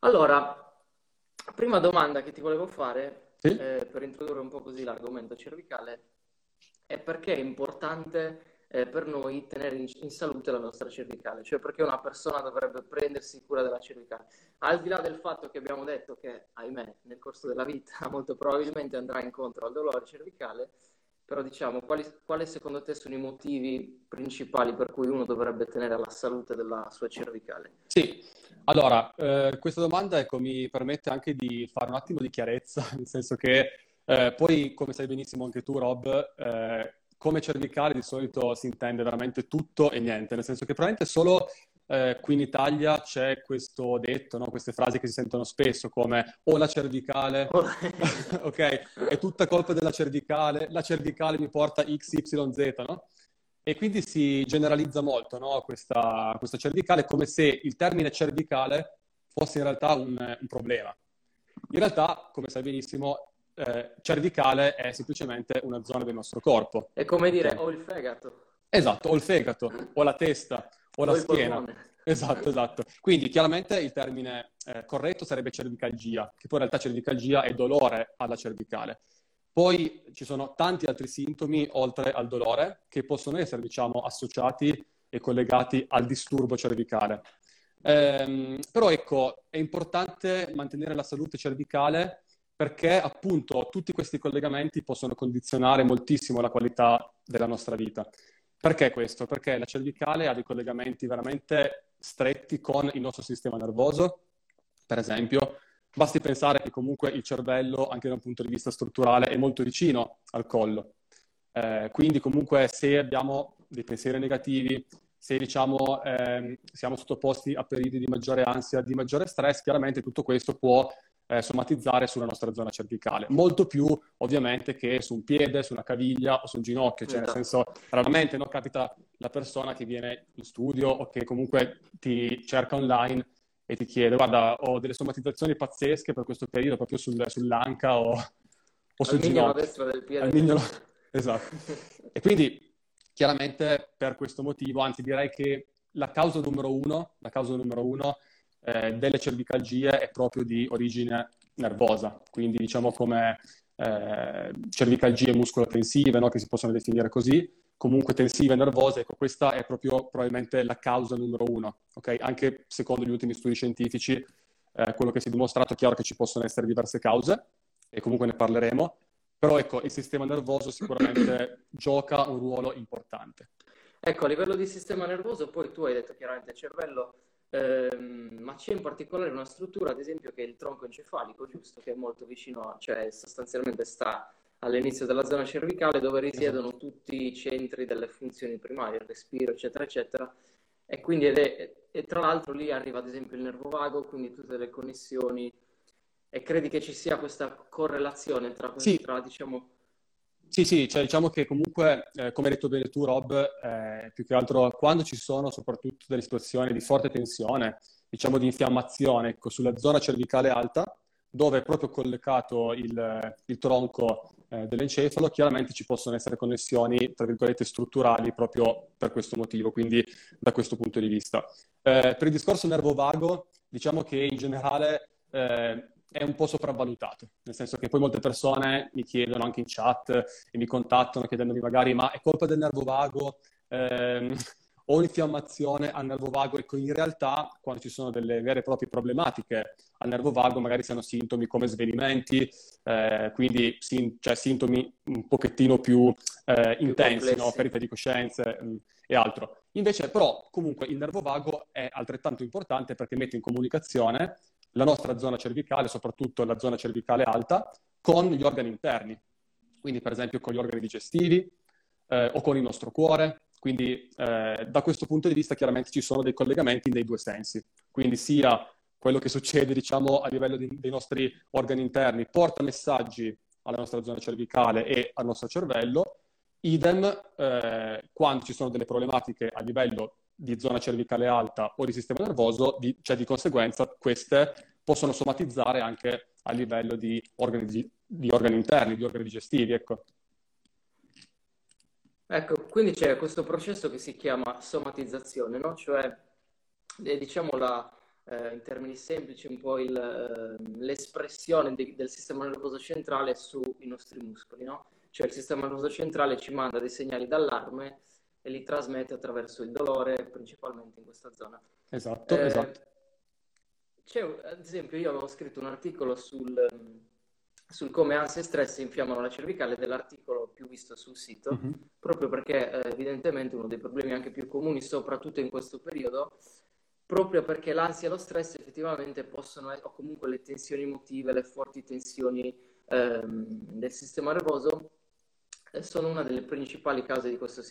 Allora, prima domanda che ti volevo fare, Sì? per introdurre un po' così l'argomento cervicale, è perché è importante per noi tenere in salute la nostra cervicale, cioè perché una persona dovrebbe prendersi cura della cervicale. Al di là del fatto che abbiamo detto che, ahimè, nel corso della vita molto probabilmente andrà incontro al dolore cervicale, però diciamo, quali secondo te sono i motivi principali per cui uno dovrebbe tenere la salute della sua cervicale? Sì, allora, questa domanda ecco, mi permette anche di fare un attimo di chiarezza, nel senso che poi, come sai benissimo anche tu, Rob, come cervicale di solito si intende veramente tutto e niente, nel senso che probabilmente solo qui in Italia c'è questo detto, no? Queste frasi che si sentono spesso come o la cervicale, ok, è tutta colpa della cervicale, la cervicale mi porta XYZ, no? E quindi si generalizza molto, no, questa cervicale come se il termine cervicale fosse in realtà un problema. In realtà, come sai benissimo, cervicale è semplicemente una zona del nostro corpo. È come dire, Ok? ho il fegato, Esatto, o il fegato, o la testa, o la ho il schiena. polmone. Esatto, esatto. Quindi chiaramente il termine corretto sarebbe cervicalgia, che poi in realtà cervicalgia è dolore alla cervicale. Poi ci sono tanti altri sintomi oltre al dolore che possono essere, diciamo, associati e collegati al disturbo cervicale. Però ecco, è importante mantenere la salute cervicale perché appunto tutti questi collegamenti possono condizionare moltissimo la qualità della nostra vita. Perché questo? Perché la cervicale ha dei collegamenti veramente stretti con il nostro sistema nervoso, per esempio. Basti pensare che comunque il cervello, anche da un punto di vista strutturale, è molto vicino al collo. Quindi comunque se abbiamo dei pensieri negativi, se diciamo siamo sottoposti a periodi di maggiore ansia, di maggiore stress, chiaramente tutto questo può somatizzare sulla nostra zona cervicale. Molto più ovviamente che su un piede, su una caviglia o su un ginocchio, cioè nel Esatto. senso raramente no, capita la persona che viene in studio o che comunque ti cerca online e ti chiede, guarda, ho delle somatizzazioni pazzesche per questo periodo proprio sull'anca o Al sul mignolo ginocchio, destro del al piede mignolo. tengo... Esatto. E quindi chiaramente per questo motivo, anzi direi che la causa numero uno delle cervicalgie è proprio di origine nervosa, quindi diciamo come cervicalgie muscolotensive, no? Che si possono definire così, comunque tensive e nervose, ecco, questa è proprio probabilmente la causa numero uno, ok? Anche secondo gli ultimi studi scientifici, quello che si è dimostrato è chiaro che ci possono essere diverse cause, e comunque ne parleremo, però ecco, il sistema nervoso sicuramente gioca un ruolo importante. Ecco, a livello di sistema nervoso, poi tu hai detto chiaramente cervello, ma c'è in particolare una struttura, ad esempio, che è il tronco encefalico, giusto? Che è molto vicino a, cioè sostanzialmente sta all'inizio della zona cervicale dove Esatto. risiedono tutti i centri delle funzioni primarie, il respiro, eccetera, eccetera. E quindi e tra l'altro lì arriva ad esempio il nervo vago, quindi tutte le connessioni. E credi che ci sia questa correlazione Sì, tra diciamo... sì, sì, cioè diciamo che comunque, come hai detto bene tu, Rob, più che altro quando ci sono soprattutto delle situazioni di forte tensione, diciamo di infiammazione, ecco, sulla zona cervicale alta, dove è proprio collegato il tronco, dell'encefalo, chiaramente ci possono essere connessioni, tra virgolette, strutturali proprio per questo motivo, quindi da questo punto di vista. Per il discorso nervo vago, diciamo che in generale è un po' sopravvalutato, nel senso che poi molte persone mi chiedono anche in chat e mi contattano chiedendomi magari ma è colpa del nervo vago ehm, o un'infiammazione al nervo vago? Ecco, in realtà quando ci sono delle vere e proprie problematiche al nervo vago magari si hanno sintomi come svenimenti, quindi cioè, sintomi un pochettino più più intensi, no? complessi. Perdita di coscienze e altro. Invece però comunque il nervo vago è altrettanto importante perché mette in comunicazione la nostra zona cervicale, soprattutto la zona cervicale alta, con gli organi interni, quindi per esempio con gli organi digestivi o con il nostro cuore. Quindi da questo punto di vista chiaramente ci sono dei collegamenti nei due sensi, quindi sia quello che succede diciamo a livello dei nostri organi interni porta messaggi alla nostra zona cervicale e al nostro cervello, idem quando ci sono delle problematiche a livello di zona cervicale alta o di sistema nervoso, cioè di conseguenza queste possono somatizzare anche a livello di organi interni, di organi digestivi, ecco. Ecco, quindi c'è questo processo che si chiama somatizzazione, no? Cioè, diciamo, in termini semplici un po' l'espressione del sistema nervoso centrale sui nostri muscoli, no? Cioè il sistema nervoso centrale ci manda dei segnali d'allarme e li trasmette attraverso il dolore, principalmente in questa zona. Esatto. Ad esempio, io avevo scritto un articolo sul come ansia e stress infiammano la cervicale, dell'articolo più visto sul sito, proprio perché evidentemente uno dei problemi anche più comuni, soprattutto in questo periodo, proprio perché l'ansia e lo stress effettivamente o comunque le tensioni emotive, le forti tensioni del sistema nervoso, sono una delle principali cause di questo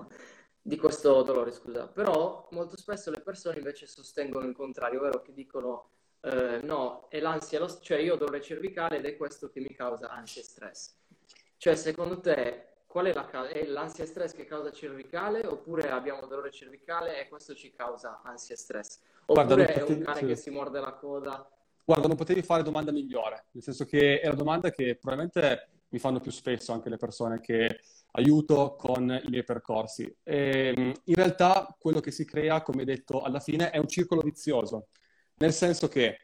di questo dolore, scusa. Però molto spesso le persone invece sostengono il contrario, ovvero che dicono no, è l'ansia, cioè io ho dolore cervicale ed è questo che mi causa ansia e stress. Cioè, secondo te, qual è è l'ansia e stress che causa cervicale, oppure abbiamo dolore cervicale e questo ci causa ansia e stress? Oppure è un cane che si morde la coda? Guarda, non potevi fare domanda migliore, nel senso che è la domanda che probabilmente mi fanno più spesso anche le persone che aiuto con i miei percorsi. In realtà quello che si crea, come detto, alla fine è un circolo vizioso, nel senso che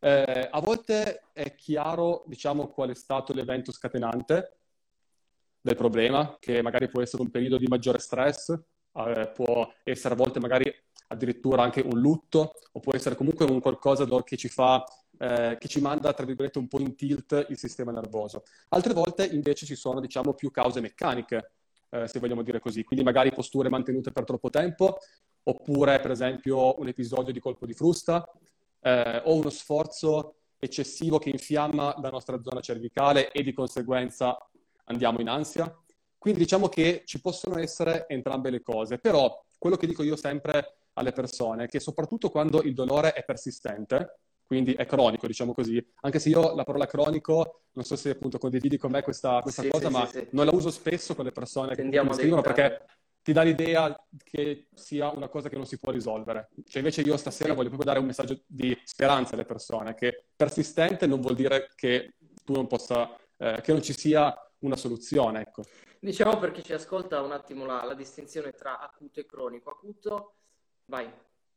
a volte è chiaro, diciamo, qual è stato l'evento scatenante del problema, che magari può essere un periodo di maggiore stress, può essere a volte magari addirittura anche un lutto, o può essere comunque un qualcosa che ci fa, che ci manda, tra virgolette, un po' in tilt il sistema nervoso. Altre volte invece ci sono, diciamo, più cause meccaniche, se vogliamo dire così, quindi magari posture mantenute per troppo tempo, oppure per esempio un episodio di colpo di frusta, o uno sforzo eccessivo che infiamma la nostra zona cervicale e di conseguenza andiamo in ansia. Quindi diciamo che ci possono essere entrambe le cose, però quello che dico io sempre alle persone è che soprattutto quando il dolore è persistente, quindi è cronico, diciamo così, anche se io la parola cronico, non so se appunto condividi con me questa cosa, ma non la uso spesso con le persone che mi scrivono perché ti dà l'idea che sia una cosa che non si può risolvere. Cioè invece io stasera voglio proprio dare un messaggio di speranza alle persone, che persistente non vuol dire che tu non possa, che non ci sia una soluzione, ecco. Diciamo, per chi ci ascolta un attimo la distinzione tra acuto e cronico. Acuto, vai.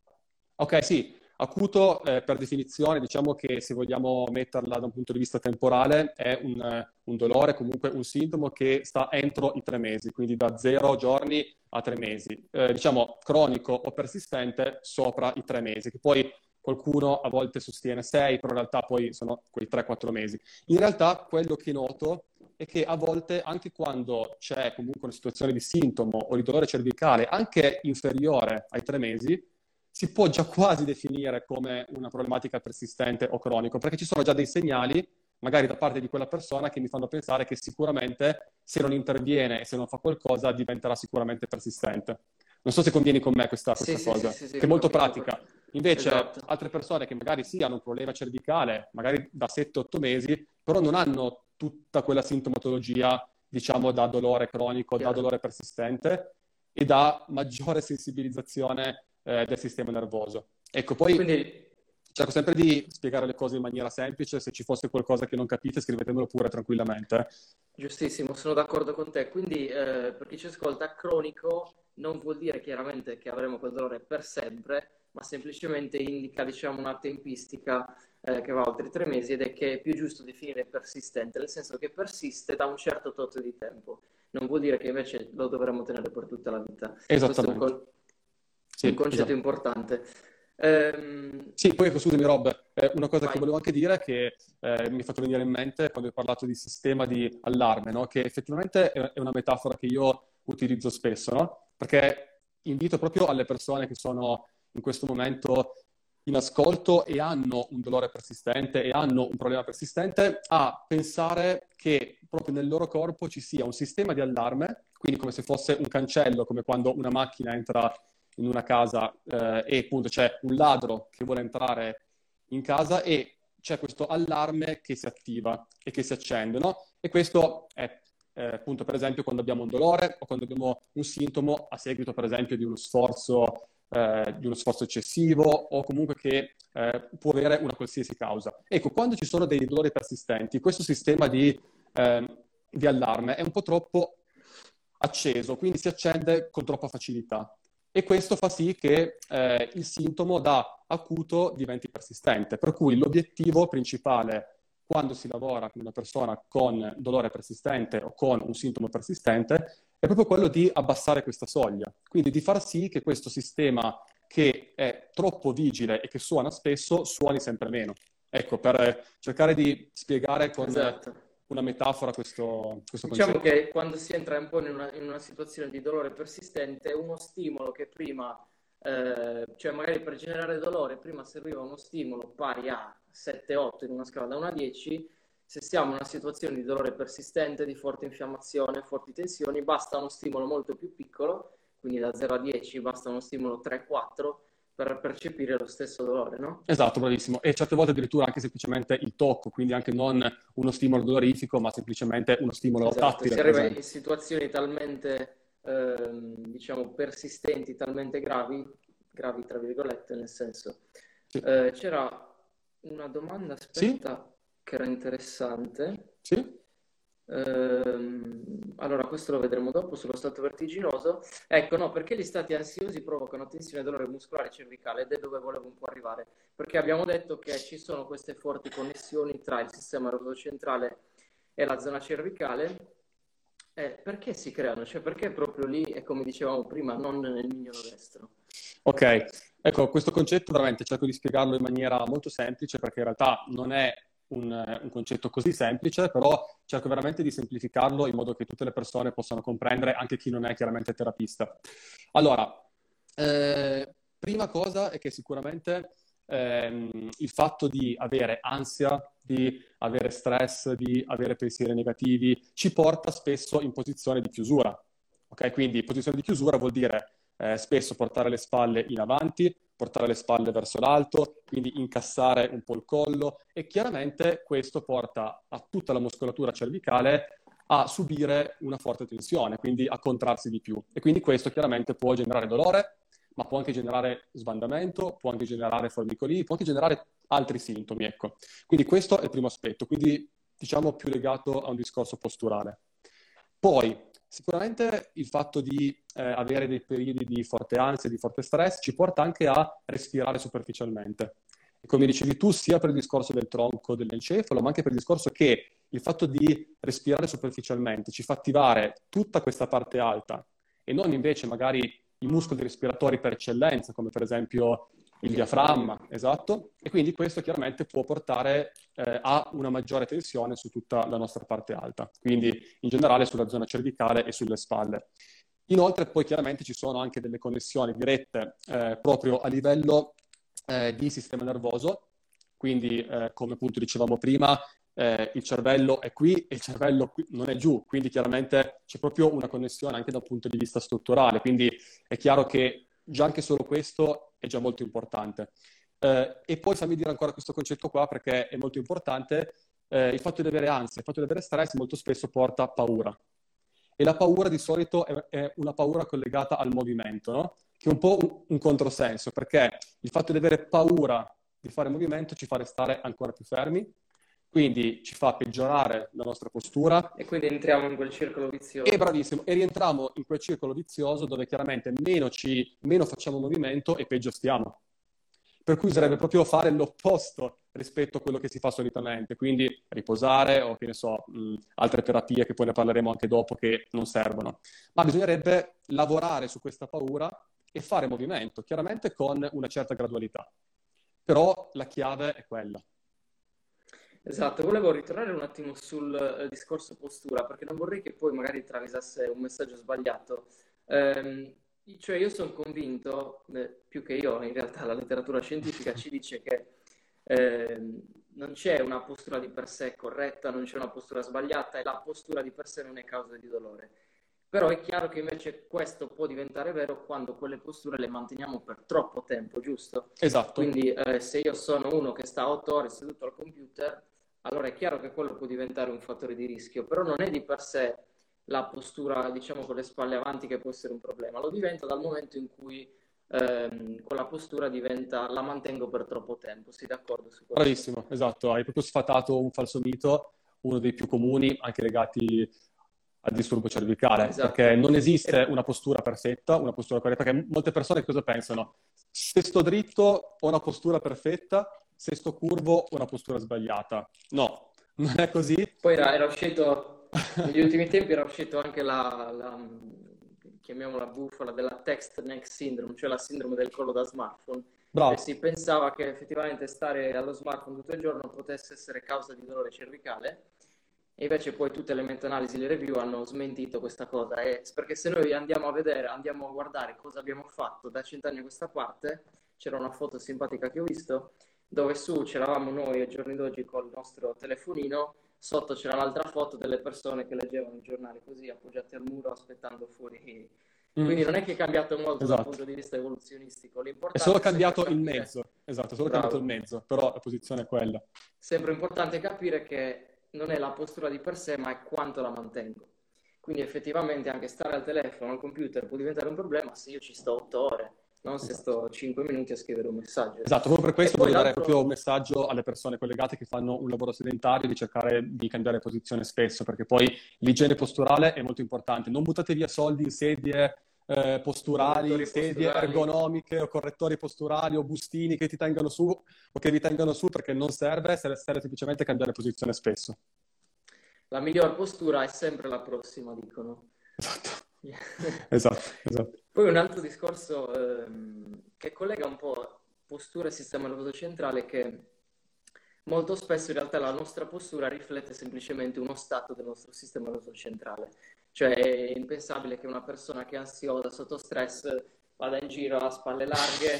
Ok, sì. Acuto, per definizione, diciamo che se vogliamo metterla da un punto di vista temporale, è un dolore, comunque un sintomo che sta entro i 3 mesi, quindi da 0 giorni a 3 mesi. Diciamo cronico o persistente sopra i 3 mesi, che poi qualcuno a volte sostiene 6, però in realtà poi sono quei 3-4 mesi. In realtà quello che noto è che a volte, anche quando c'è comunque una situazione di sintomo o di dolore cervicale, anche inferiore ai 3 mesi, si può già quasi definire come una problematica persistente o cronico, perché ci sono già dei segnali, magari da parte di quella persona, che mi fanno pensare che sicuramente se non interviene e se non fa qualcosa diventerà sicuramente persistente. Non so se convieni con me questa cosa, che è molto pratica. Invece altre persone che magari sì hanno un problema cervicale, magari da 7-8 mesi, però non hanno tutta quella sintomatologia, diciamo, da dolore cronico, da dolore persistente e da maggiore sensibilizzazione del sistema nervoso. Ecco, poi cerco sempre di spiegare le cose in maniera semplice. Se ci fosse qualcosa che non capite, scrivetemelo pure tranquillamente. Giustissimo, sono d'accordo con te. Quindi per chi ci ascolta, cronico non vuol dire chiaramente che avremo quel dolore per sempre, ma semplicemente indica, diciamo, una tempistica che va oltre i 3 mesi, ed è che è più giusto definire persistente, nel senso che persiste da un certo tot di tempo. Non vuol dire che invece lo dovremmo tenere per tutta la vita. Esattamente. Questo è un concetto importante. Sì, poi scusami Rob, una cosa che volevo anche dire che mi è fatto venire in mente quando hai parlato di sistema di allarme, no? Che effettivamente è una metafora che io utilizzo spesso, no? Perché invito proprio alle persone che sono in questo momento in ascolto e hanno un dolore persistente e hanno un problema persistente a pensare che proprio nel loro corpo ci sia un sistema di allarme, quindi come se fosse un cancello, come quando una macchina entra in una casa e appunto c'è un ladro che vuole entrare in casa e c'è questo allarme che si attiva e che si accende, no? E questo è appunto per esempio quando abbiamo un dolore o quando abbiamo un sintomo a seguito per esempio di uno sforzo eccessivo o comunque che può avere una qualsiasi causa. Ecco, quando ci sono dei dolori persistenti, questo sistema di allarme è un po' troppo acceso, quindi si accende con troppa facilità. E questo fa sì che il sintomo da acuto diventi persistente, per cui l'obiettivo principale quando si lavora con una persona con dolore persistente o con un sintomo persistente è proprio quello di abbassare questa soglia, quindi di far sì che questo sistema che è troppo vigile e che suona spesso suoni sempre meno. Ecco, per cercare di spiegare con Esatto. una metafora questo Diciamo concetto. che quando si entra un po' in una situazione di dolore persistente, uno stimolo che prima, cioè magari per generare dolore, prima serviva uno stimolo pari a 7-8 in una scala da 1 a 10, se siamo in una situazione di dolore persistente, di forte infiammazione, forti tensioni, basta uno stimolo molto più piccolo, quindi da 0 a 10 basta uno stimolo 3-4 per percepire lo stesso dolore, no? Esatto, bravissimo. E certe volte addirittura anche semplicemente il tocco, quindi anche non uno stimolo dolorifico, ma semplicemente uno stimolo Esatto, tattile, si per arriva in esempio. situazioni talmente, diciamo, persistenti, talmente gravi, gravi tra virgolette, nel senso. Sì? C'era una domanda, Sì? aspetta, che era interessante. Sì? Allora, questo lo vedremo dopo sullo stato vertiginoso. Ecco, no, perché gli stati ansiosi provocano tensione e dolore muscolare cervicale ed è dove volevo un po' arrivare. Perché abbiamo detto che ci sono queste forti connessioni tra il sistema nervoso centrale e la zona cervicale. Perché si creano? Cioè, perché proprio lì, e come dicevamo prima, non nel mignolo destro? Ok, ecco, questo concetto veramente cerco di spiegarlo in maniera molto semplice perché in realtà non è un concetto così semplice, però cerco veramente di semplificarlo in modo che tutte le persone possano comprendere, anche chi non è chiaramente terapista. Allora, prima cosa è che sicuramente il fatto di avere ansia, di avere stress, di avere pensieri negativi, ci porta spesso in posizione di chiusura. Ok? Quindi posizione di chiusura vuol dire spesso portare le spalle in avanti, portare le spalle verso l'alto, quindi incassare un po' il collo e chiaramente questo porta a tutta la muscolatura cervicale a subire una forte tensione, quindi a contrarsi di più. E quindi questo chiaramente può generare dolore, ma può anche generare sbandamento, può anche generare formicolii, può anche generare altri sintomi, ecco. Quindi questo è il primo aspetto, quindi diciamo più legato a un discorso posturale. Poi, sicuramente il fatto di avere dei periodi di forte ansia, di forte stress, ci porta anche a respirare superficialmente. E come dicevi tu, sia per il discorso del tronco dell'encefalo, ma anche per il discorso che il fatto di respirare superficialmente ci fa attivare tutta questa parte alta e non invece magari i muscoli respiratori per eccellenza, come per esempio il diaframma, esatto, e quindi questo chiaramente può portare a una maggiore tensione su tutta la nostra parte alta, quindi in generale sulla zona cervicale e sulle spalle. Inoltre poi chiaramente ci sono anche delle connessioni dirette proprio a livello di sistema nervoso, quindi come appunto dicevamo prima, il cervello è qui e il cervello qui non è giù, quindi chiaramente c'è proprio una connessione anche dal punto di vista strutturale, quindi è chiaro che già anche solo questo è già molto importante. E poi fammi dire ancora questo concetto qua perché è molto importante. Il fatto di avere ansia, il fatto di avere stress molto spesso porta a paura. E la paura di solito è una paura collegata al movimento, no? Che è un po' un controsenso, perché il fatto di avere paura di fare movimento ci fa restare ancora più fermi, quindi ci fa peggiorare la nostra postura. E quindi entriamo in quel circolo E vizioso. bravissimo, e rientriamo in quel circolo vizioso dove chiaramente meno facciamo movimento e peggio stiamo. Per cui sarebbe Chiaro. proprio fare l'opposto rispetto a quello che si fa solitamente, quindi riposare o che ne so, altre terapie che poi ne parleremo anche dopo che non servono. Ma bisognerebbe lavorare su questa paura e fare movimento, chiaramente con una certa gradualità. Però la chiave è quella. Esatto, volevo ritornare un attimo sul discorso postura, perché non vorrei che poi magari travisasse un messaggio sbagliato. Ehm, cioè io sono convinto, più che io, in realtà la letteratura scientifica ci dice che non c'è una postura di per sé corretta, non c'è una postura sbagliata e la postura di per sé non è causa di dolore. Però è chiaro che invece questo può diventare vero quando quelle posture le manteniamo per troppo tempo, giusto? Esatto, Quindi se io sono uno che sta 8 ore seduto al computer, allora è chiaro che quello può diventare un fattore di rischio, però non è di per sé la postura, diciamo, con le spalle avanti che può essere un problema, lo diventa dal momento in cui quella postura diventa, la mantengo per troppo tempo, sei d'accordo su questo? bravissimo, esatto. Hai proprio sfatato un falso mito, uno dei più comuni, anche legati al disturbo cervicale, Esatto. perché non esiste una postura perfetta, una postura corretta, perché molte persone cosa pensano? Se sto dritto ho una postura perfetta, se sto curvo ho una postura sbagliata. No, non è così. Poi era uscito, negli ultimi tempi era uscito anche chiamiamola bufala, della text neck syndrome, cioè la sindrome del collo da smartphone. Cioè Bravo, si pensava che effettivamente stare allo smartphone tutto il giorno potesse essere causa di dolore cervicale, e invece poi tutte le meta-analisi, le review hanno smentito questa cosa. Perché se noi andiamo a vedere, andiamo a guardare cosa abbiamo fatto da 100 anni a questa parte, c'era una foto simpatica che ho visto, dove su c'eravamo noi ai giorni d'oggi col nostro telefonino, sotto c'era l'altra foto delle persone che leggevano i giornali così, appoggiati al muro, aspettando fuori. Mm, Quindi non è che è cambiato molto dal esatto. punto di vista evoluzionistico. È solo L'importante è sempre cambiato il capire, mezzo, esatto, è solo cambiato il bravo, mezzo, però la posizione è quella. sempre importante capire che non è la postura di per sé, ma è quanto la mantengo. Quindi effettivamente anche stare al telefono, al computer può diventare un problema se io ci sto 8 ore, non se Esatto. sto 5 minuti a scrivere un messaggio. Esatto, proprio per E questo poi voglio dare proprio un l'altro, messaggio alle persone collegate che fanno un lavoro sedentario di cercare di cambiare posizione spesso, perché poi l'igiene posturale è molto importante. Non buttate via soldi in sedie posturali, correttori sedie posturali, ergonomiche o correttori posturali o bustini che ti tengano su o che vi tengano su, perché non serve, serve semplicemente cambiare posizione spesso. la miglior postura è sempre la prossima, dicono. Esatto, esatto, esatto. Poi un altro discorso che collega un po' postura e sistema nervoso centrale è che molto spesso in realtà la nostra postura riflette semplicemente uno stato del nostro sistema nervoso centrale. Cioè è impensabile che una persona che è ansiosa, sotto stress, vada in giro a spalle larghe,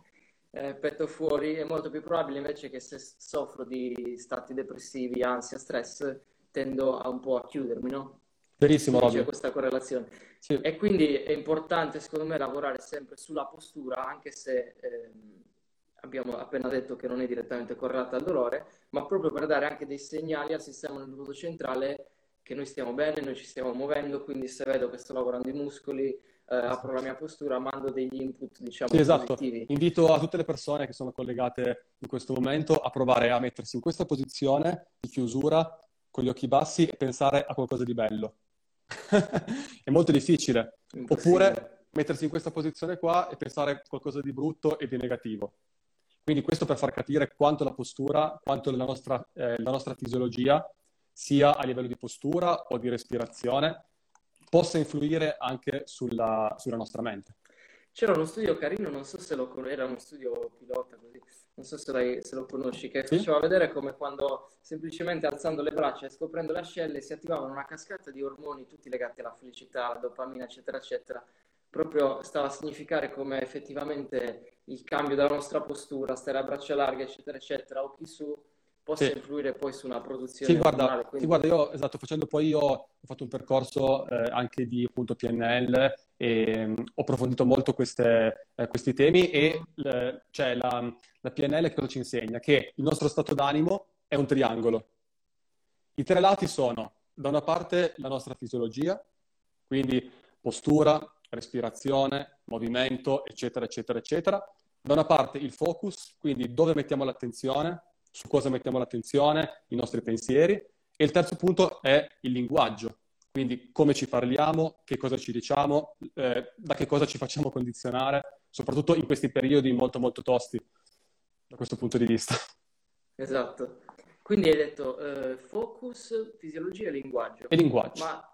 petto fuori. È molto più probabile invece che se soffro di stati depressivi, ansia, stress, tendo a un po' a chiudermi, no? Verissimo, Quindi c'è Robby. questa correlazione. Sì. E quindi è importante, secondo me, lavorare sempre sulla postura, anche se abbiamo appena detto che non è direttamente correlata al dolore, ma proprio per dare anche dei segnali al sistema nervoso centrale che noi stiamo bene, noi ci stiamo muovendo, quindi se vedo che sto lavorando i muscoli, apro la mia postura, mando degli input, Sì, diciamo, esatto. positivi. Invito a tutte le persone che sono collegate in questo momento a provare a mettersi in questa posizione di chiusura con gli occhi bassi e pensare a qualcosa di bello. È molto difficile. Impossibile. Oppure mettersi in questa posizione qua e pensare a qualcosa di brutto e di negativo. Quindi questo per far capire quanto la postura, quanto la nostra fisiologia, sia a livello di postura o di respirazione, possa influire anche sulla nostra mente. C'era uno studio carino, non so se era uno studio pilota così, non so se lo conosci, che Sì? faceva vedere come quando semplicemente alzando le braccia e scoprendo le ascelle si attivavano una cascata di ormoni tutti legati alla felicità, alla dopamina, eccetera, eccetera. Proprio stava a significare come effettivamente il cambio della nostra postura, stare a braccia larghe, eccetera, eccetera, occhi su, possa Sì. influire poi su una Sì, produzione guarda, ormonale. sì, Quindi guarda, io esatto, facendo poi io ho fatto un percorso anche di appunto PNL e ho approfondito molto questi temi e cioè, la PNL che cosa ci insegna? Che il nostro stato d'animo è un triangolo. I tre lati sono, da una parte, la nostra fisiologia, quindi postura, respirazione, movimento, eccetera, eccetera, eccetera. Da una parte il focus, quindi dove mettiamo l'attenzione, su cosa mettiamo l'attenzione, i nostri pensieri. E il terzo punto è il linguaggio, quindi come ci parliamo, che cosa ci diciamo, da che cosa ci facciamo condizionare, soprattutto in questi periodi molto molto tosti, da questo punto di vista. esatto. Quindi hai detto focus, fisiologia e linguaggio, E linguaggio. ma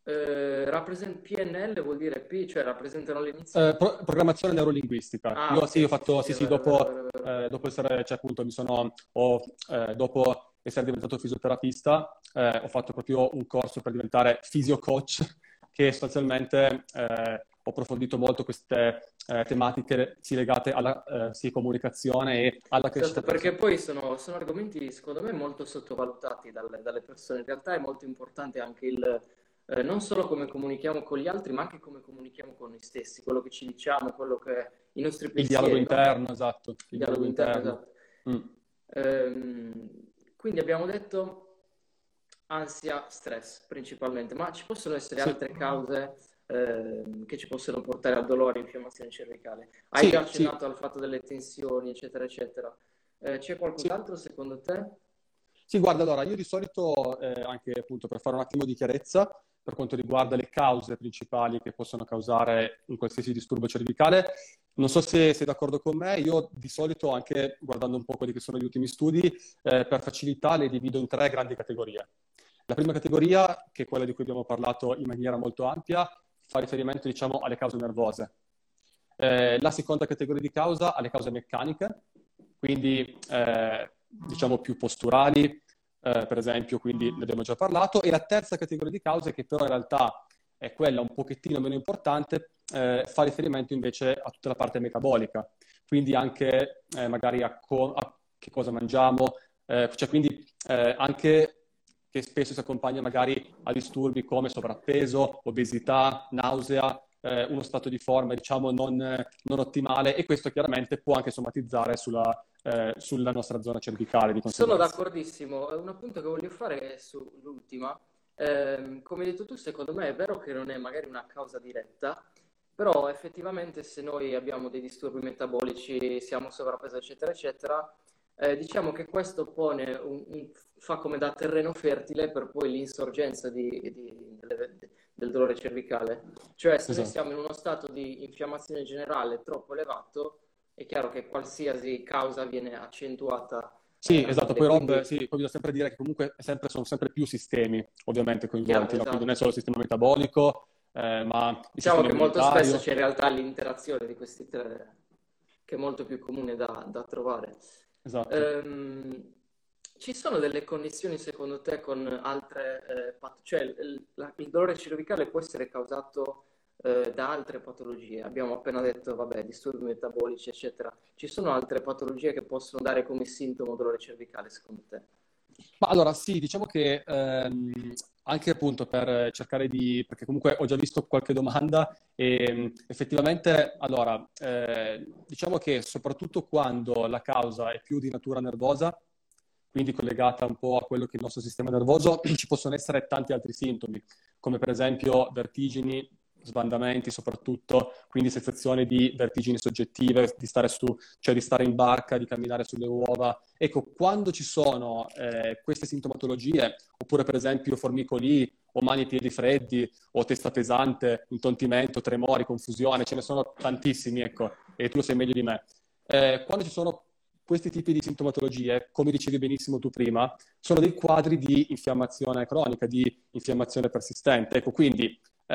PNL vuol dire P, cioè rappresentano l'inizio? Programmazione neurolinguistica. Ah, Io sì, ho ok, sì, sì, fatto, sì, sì, è sì, vero, è vero, è vero, è vero. dopo essere, cioè appunto dopo essere diventato fisioterapista, ho fatto proprio un corso per diventare fisiocoach, che sostanzialmente ho approfondito molto queste tematiche sì, legate alla sì, comunicazione e alla crescita Esatto, perché personale. poi sono argomenti secondo me molto sottovalutati dalle persone. In realtà è molto importante anche non solo come comunichiamo con gli altri, ma anche come comunichiamo con noi stessi, quello che ci diciamo, quello che i nostri Il dialogo pensieri, no? interno, esatto, il Il dialogo dialogo interno, interno. esatto. Mm. Quindi abbiamo detto ansia, stress principalmente, ma ci possono essere Sì, altre cause che ci possono portare a dolore e infiammazione cervicale. Hai già sì, sì. accennato al fatto delle tensioni, eccetera, eccetera. C'è Sì. qualcos'altro secondo te? Sì, guarda, allora io di solito, anche appunto per fare un attimo di chiarezza, per quanto riguarda le cause principali che possono causare un qualsiasi disturbo cervicale, non so se sei d'accordo con me, io di solito, anche guardando un po' quelli che sono gli ultimi studi, per facilità le divido in tre grandi categorie. La prima categoria, che è quella di cui abbiamo parlato in maniera molto ampia, fa riferimento, diciamo, alle cause nervose. La seconda categoria di causa alle cause meccaniche, quindi diciamo più posturali, per esempio, quindi ne abbiamo già parlato. E la terza categoria di cause, che però in realtà è quella un pochettino meno importante, fa riferimento invece a tutta la parte metabolica, quindi anche magari a che cosa mangiamo, cioè quindi anche che spesso si accompagna magari a disturbi come sovrappeso, obesità, nausea, uno stato di forma, diciamo, non ottimale, e questo chiaramente può anche somatizzare sulla nostra zona cervicale di Sono conseguenza. d'accordissimo. Un appunto che voglio fare è sull'ultima. Come hai detto tu, secondo me è vero che non è magari una causa diretta, però effettivamente se noi abbiamo dei disturbi metabolici, siamo sovrappeso, eccetera, eccetera, diciamo che questo fa come da terreno fertile per poi l'insorgenza del dolore cervicale. Cioè, se noi Esatto. siamo in uno stato di infiammazione generale troppo elevato, è chiaro che qualsiasi causa viene accentuata Sì, a esatto, mille, poi Rob, quindi sì, poi bisogna sempre dire che comunque sono sempre più sistemi ovviamente chiaro, coinvolti, no? Quindi non è esatto. solo il sistema metabolico, ma il Diciamo sistema che molto spesso immunitario. c'è in realtà l'interazione di questi tre, che è molto più comune da trovare. Esatto. Ehm, Ci sono delle connessioni secondo te con altre cioè il dolore cervicale può essere causato da altre patologie? Abbiamo appena detto, vabbè, disturbi metabolici, eccetera. Ci sono altre patologie che possono dare come sintomo dolore cervicale secondo te? Ma allora sì, diciamo che anche appunto per cercare perché comunque ho già visto qualche domanda e effettivamente, allora, diciamo che soprattutto quando la causa è più di natura nervosa, quindi collegata un po' a quello che è il nostro sistema nervoso, ci possono essere tanti altri sintomi, come per esempio vertigini, sbandamenti soprattutto, quindi sensazione di vertigini soggettive, di stare cioè di stare in barca, di camminare sulle uova. Ecco, quando ci sono queste sintomatologie, oppure per esempio formicoli o mani e piedi freddi, o testa pesante, intontimento, tremori, confusione, ce ne sono tantissimi, ecco, e tu lo sai meglio di me. Quando ci sono questi tipi di sintomatologie, come dicevi benissimo tu prima, sono dei quadri di infiammazione cronica, di infiammazione persistente. Ecco, quindi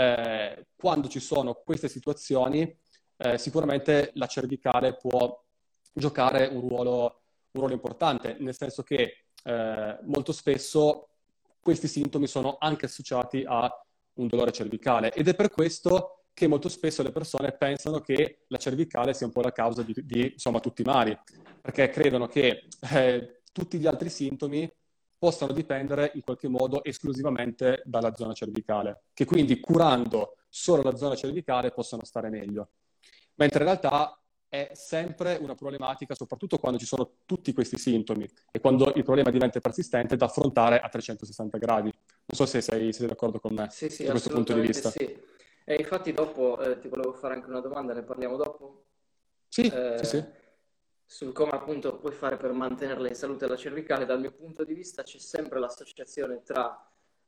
quando ci sono queste situazioni, sicuramente la cervicale può giocare un ruolo importante, nel senso che molto spesso questi sintomi sono anche associati a un dolore cervicale, ed è per questo che molto spesso le persone pensano che la cervicale sia un po' la causa insomma, tutti i mali, perché credono che tutti gli altri sintomi possano dipendere in qualche modo esclusivamente dalla zona cervicale, che quindi curando solo la zona cervicale possono stare meglio. Mentre in realtà è sempre una problematica, soprattutto quando ci sono tutti questi sintomi e quando il problema diventa persistente, da affrontare a 360 gradi. Non so se sei d'accordo con me Sì, sì, su questo punto di assolutamente vista. sì. E infatti dopo ti volevo fare anche una domanda, ne parliamo dopo? Sì, sì, Eh, sì. Sul come appunto puoi fare per mantenerla in salute la cervicale. Dal mio punto di vista c'è sempre l'associazione tra,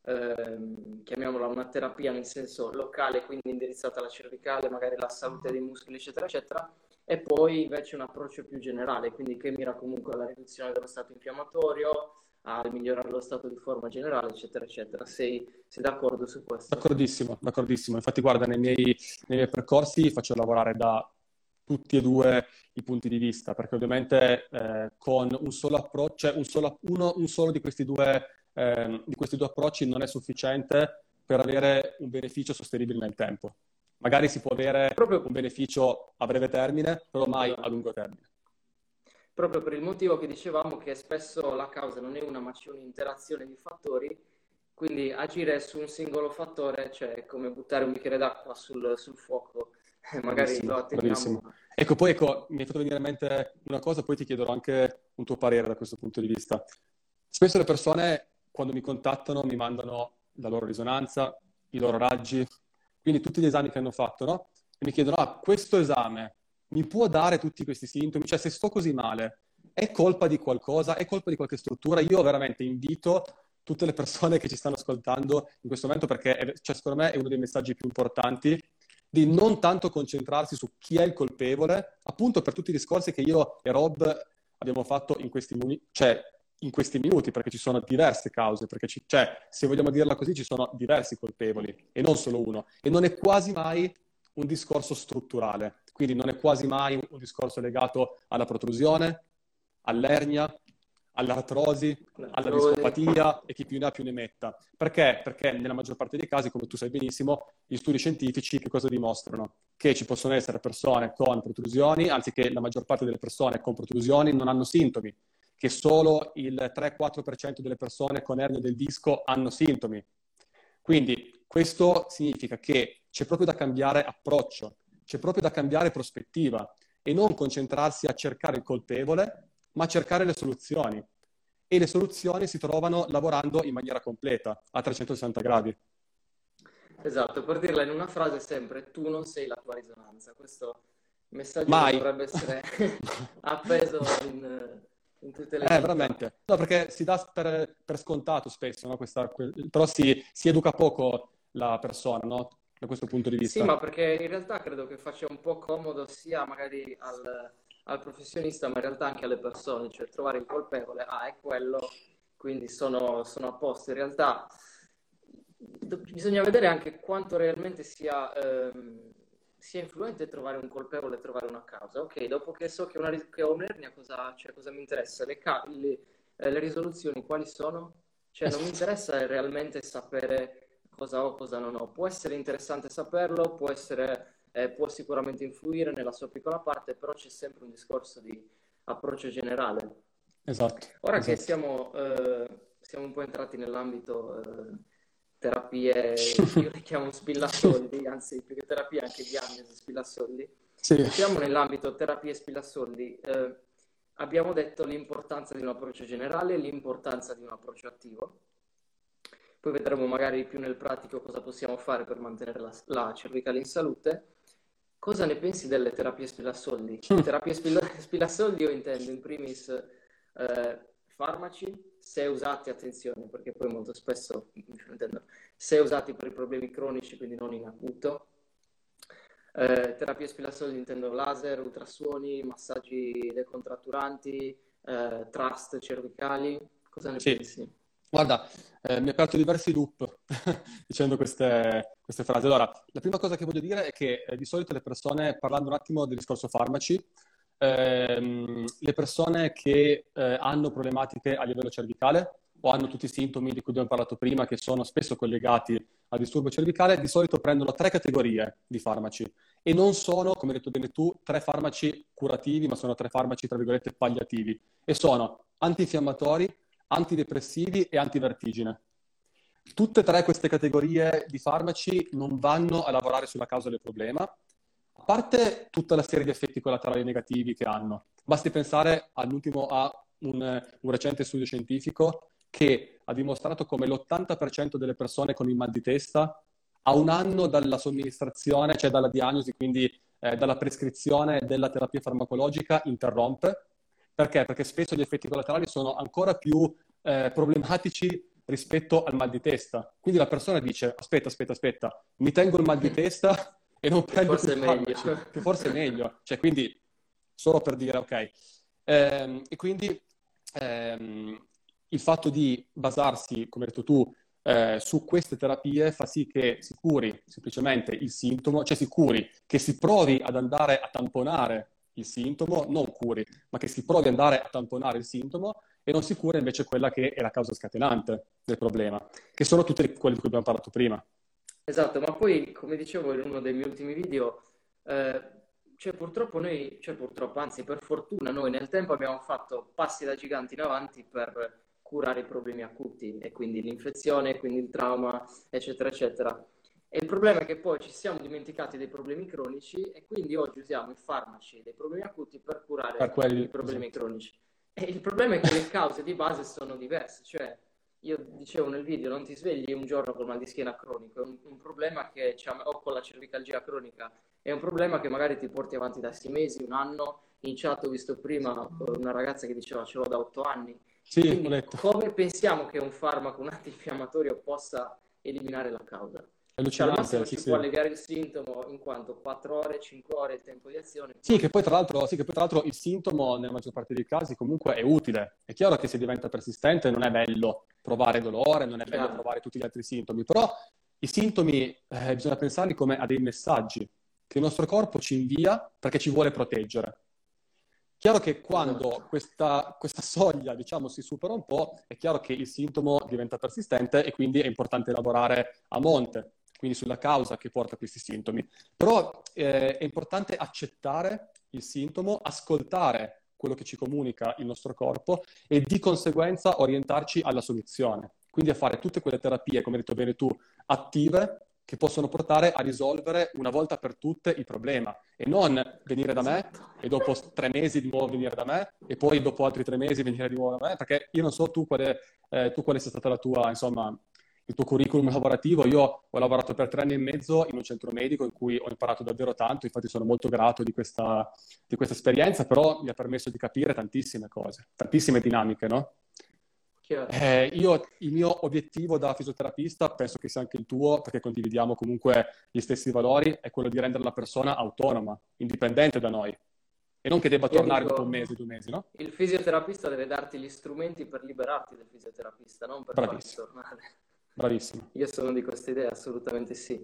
chiamiamola una terapia nel senso locale, quindi indirizzata alla cervicale, magari la salute dei muscoli, eccetera, eccetera, e poi invece un approccio più generale, quindi che mira comunque alla riduzione dello stato infiammatorio, a migliorare lo stato di forma generale, eccetera, eccetera. Sei d'accordo su questo? D'accordissimo, d'accordissimo. Infatti, guarda, nei miei percorsi faccio lavorare da tutti e due i punti di vista, perché ovviamente con un solo approccio, cioè un solo di questi due approcci non è sufficiente per avere un beneficio sostenibile nel tempo. Magari si può avere un Proprio, beneficio a breve termine, però mai scusa. a lungo termine. Proprio per il motivo che dicevamo che spesso la causa non è una, ma c'è un'interazione di fattori, quindi agire su un singolo fattore, cioè è come buttare un bicchiere d'acqua sul fuoco, magari lo Bravissimo, atteniamo. bravissimo. Ecco, poi ecco, mi è fatto venire in mente una cosa, poi ti chiederò anche un tuo parere da questo punto di vista. Spesso le persone, quando mi contattano, mi mandano la loro risonanza, i loro raggi, quindi tutti gli esami che hanno fatto, no? E mi chiedono, questo esame mi può dare tutti questi sintomi? Cioè, se sto così male, è colpa di qualcosa, è colpa di qualche struttura. Io veramente invito tutte le persone che ci stanno ascoltando in questo momento, perché cioè, secondo me è uno dei messaggi più importanti, di non tanto concentrarsi su chi è il colpevole, appunto per tutti i discorsi che io e Rob abbiamo fatto in questi minuti, perché ci sono diverse cause, perché cioè, se vogliamo dirla così, ci sono diversi colpevoli e non solo uno. E non è quasi mai un discorso strutturale, quindi non è quasi mai un discorso legato alla protrusione, all'ernia, all'artrosi, alla discopatia e chi più ne ha più ne metta. Perché? Perché nella maggior parte dei casi, come tu sai benissimo, gli studi scientifici che cosa dimostrano? Che ci possono essere persone con protrusioni, anzi che la maggior parte delle persone con protrusioni non hanno sintomi, che solo il 3-4% delle persone con ernia del disco hanno sintomi. Quindi questo significa che c'è proprio da cambiare approccio, c'è proprio da cambiare prospettiva e non concentrarsi a cercare il colpevole, ma a cercare le soluzioni. E le soluzioni si trovano lavorando in maniera completa, a 360 gradi. Esatto, per dirla in una frase sempre, tu non sei la tua risonanza. Questo messaggio Mai. dovrebbe essere appeso in tutte le città. Veramente. No, perché si dà per scontato spesso, no? Però si educa poco la persona, no? Da questo punto di Sì, vista. ma perché in realtà credo che faccia un po' comodo sia magari al professionista, ma in realtà anche alle persone, cioè trovare il colpevole, è quello, quindi sono a posto. In realtà bisogna vedere anche quanto realmente sia influente trovare un colpevole e trovare una causa. Ok, dopo che so che ho un'ernia, cosa mi interessa? Le risoluzioni quali sono? Cioè non mi interessa realmente sapere cosa ho, cosa non ho. Può essere interessante saperlo, può sicuramente influire nella sua piccola parte, però c'è sempre un discorso di approccio generale. Esatto. Ora che Esatto. siamo un po' entrati nell'ambito terapie, io le chiamo spillasoldi, anzi più che terapia anche diagnosi spillasoldi, Sì. se siamo nell'ambito terapie spillasoldi, abbiamo detto l'importanza di un approccio generale e l'importanza di un approccio attivo. Poi vedremo magari più nel pratico cosa possiamo fare per mantenere la cervicale in salute. Cosa ne pensi delle terapie spillasoldi? Terapie spillasoldi io intendo in primis farmaci, se usati, attenzione, perché poi molto spesso, se usati per i problemi cronici, quindi non in acuto. Terapie spillasoldi intendo laser, ultrasuoni, massaggi decontratturanti, trust cervicali. Cosa ne pensi? Guarda, mi ha aperto diversi loop dicendo queste frasi. Allora, la prima cosa che voglio dire è che di solito le persone, parlando un attimo del discorso farmaci, le persone che hanno problematiche a livello cervicale o hanno tutti i sintomi di cui abbiamo parlato prima, che sono spesso collegati al disturbo cervicale, di solito prendono 3 categorie di farmaci e non sono, come hai detto bene tu, 3 farmaci curativi, ma sono 3 farmaci, tra virgolette, palliativi. E sono antinfiammatori, antidepressivi e antivertigine. Tutte e 3 queste categorie di farmaci non vanno a lavorare sulla causa del problema, a parte tutta la serie di effetti collaterali negativi che hanno. Basti pensare a un recente studio scientifico che ha dimostrato come l'80% delle persone con il mal di testa a un anno dalla somministrazione, cioè dalla diagnosi, quindi dalla prescrizione della terapia farmacologica, interrompe. Perché? Perché spesso gli effetti collaterali sono ancora più problematici rispetto al mal di testa. Quindi la persona dice, aspetta, mi tengo il mal di testa e non prendo più farmaci, che forse è meglio. Cioè, quindi, solo per dire, ok. E quindi il fatto di basarsi, come hai detto tu, su queste terapie fa sì che si curi semplicemente il sintomo, cioè si curi, che si provi ad andare a tamponare il sintomo, non curi, ma che si provi ad andare a tamponare il sintomo e non si cura invece quella che è la causa scatenante del problema, che sono tutte quelle di cui abbiamo parlato prima. Esatto, ma poi, come dicevo in uno dei miei ultimi video, purtroppo, anzi per fortuna noi nel tempo abbiamo fatto passi da giganti in avanti per curare i problemi acuti e quindi l'infezione, quindi il trauma, eccetera, eccetera. E il problema è che poi ci siamo dimenticati dei problemi cronici e quindi oggi usiamo i farmaci dei problemi acuti per curare i problemi cronici. E il problema è che le cause di base sono diverse, cioè io dicevo nel video, non ti svegli un giorno con mal di schiena cronico, è un problema che o con la cervicalgia cronica, è un problema che magari ti porti avanti da 6 mesi, un anno, in chat ho visto prima una ragazza che diceva ce l'ho da 8 anni. Sì, ho Quindi letto. come pensiamo che un farmaco, un antinfiammatorio possa eliminare la causa? È Cioè al allucinante, massimo sì, ci può sì. alleviare il sintomo in quanto 4 ore, 5 ore il tempo di azione, Sì, poi che poi tra l'altro, sì, che poi tra l'altro il sintomo nella maggior parte dei casi comunque è utile. È chiaro che se diventa persistente non è bello provare dolore, non è bello chiaro. provare tutti gli altri sintomi, però i sintomi bisogna pensarli come a dei messaggi che il nostro corpo ci invia perché ci vuole proteggere. Chiaro che quando Esatto. questa soglia, diciamo, si supera un po', è chiaro che il sintomo diventa persistente e quindi è importante lavorare a monte, quindi sulla causa che porta a questi sintomi. Però è importante accettare il sintomo, ascoltare quello che ci comunica il nostro corpo e di conseguenza orientarci alla soluzione. Quindi a fare tutte quelle terapie, come hai detto bene tu, attive che possono portare a risolvere una volta per tutte il problema e non venire da me Esatto. e dopo 3 mesi di nuovo venire da me e poi dopo altri 3 mesi venire di nuovo da me, perché io non so tu quale sia stata la tua, insomma, il tuo curriculum lavorativo. Io ho lavorato per 3 anni e mezzo in un centro medico in cui ho imparato davvero tanto, infatti sono molto grato di questa esperienza, però mi ha permesso di capire tantissime cose, tantissime dinamiche, no? Chiaro. Il mio obiettivo da fisioterapista, penso che sia anche il tuo, perché condividiamo comunque gli stessi valori, è quello di rendere la persona autonoma, indipendente da noi, e non che debba Io tornare dopo un dico, mese, 2 mesi, no? il fisioterapista deve darti gli strumenti per liberarti del fisioterapista, non per farti Bravissimo, tornare. bravissimo. Io sono di questa idea, assolutamente sì.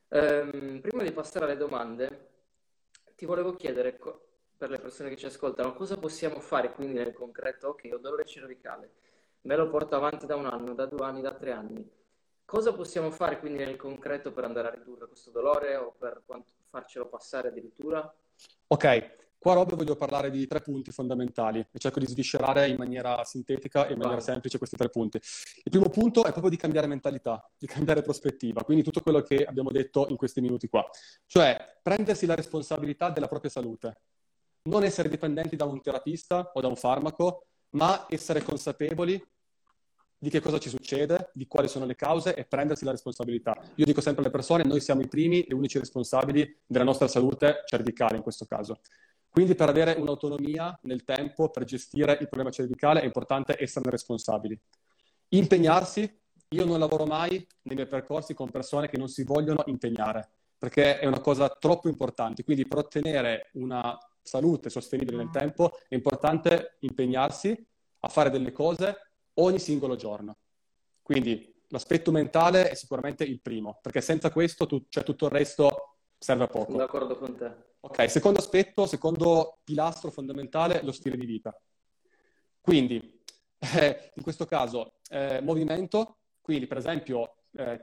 Prima di passare alle domande, ti volevo chiedere, per le persone che ci ascoltano, cosa possiamo fare quindi nel concreto? Ok, ho dolore cervicale, me lo porto avanti da 1 anno, da 2 anni, da 3 anni. Cosa possiamo fare quindi nel concreto per andare a ridurre questo dolore o per farcelo passare addirittura? Ok, qua Rob voglio parlare di 3 punti fondamentali e cerco di sviscerare in maniera sintetica e in maniera Vai. semplice questi 3 punti. Il primo punto è proprio di cambiare mentalità, di cambiare prospettiva, quindi tutto quello che abbiamo detto in questi minuti qua, cioè prendersi la responsabilità della propria salute, non essere dipendenti da un terapista o da un farmaco, ma essere consapevoli di che cosa ci succede, di quali sono le cause e prendersi la responsabilità. Io dico sempre alle persone, noi siamo i primi e unici responsabili della nostra salute cervicale in questo caso. Quindi per avere un'autonomia nel tempo, per gestire il problema cervicale, è importante esserne responsabili. Impegnarsi, io non lavoro mai nei miei percorsi con persone che non si vogliono impegnare, perché è una cosa troppo importante. Quindi per ottenere una salute sostenibile nel tempo è importante impegnarsi a fare delle cose ogni singolo giorno. Quindi l'aspetto mentale è sicuramente il primo, perché senza questo cioè, tutto il resto serve a Sono poco. d'accordo con te. Ok, secondo aspetto, secondo pilastro fondamentale, lo stile di vita. Quindi, in questo caso, movimento, quindi per esempio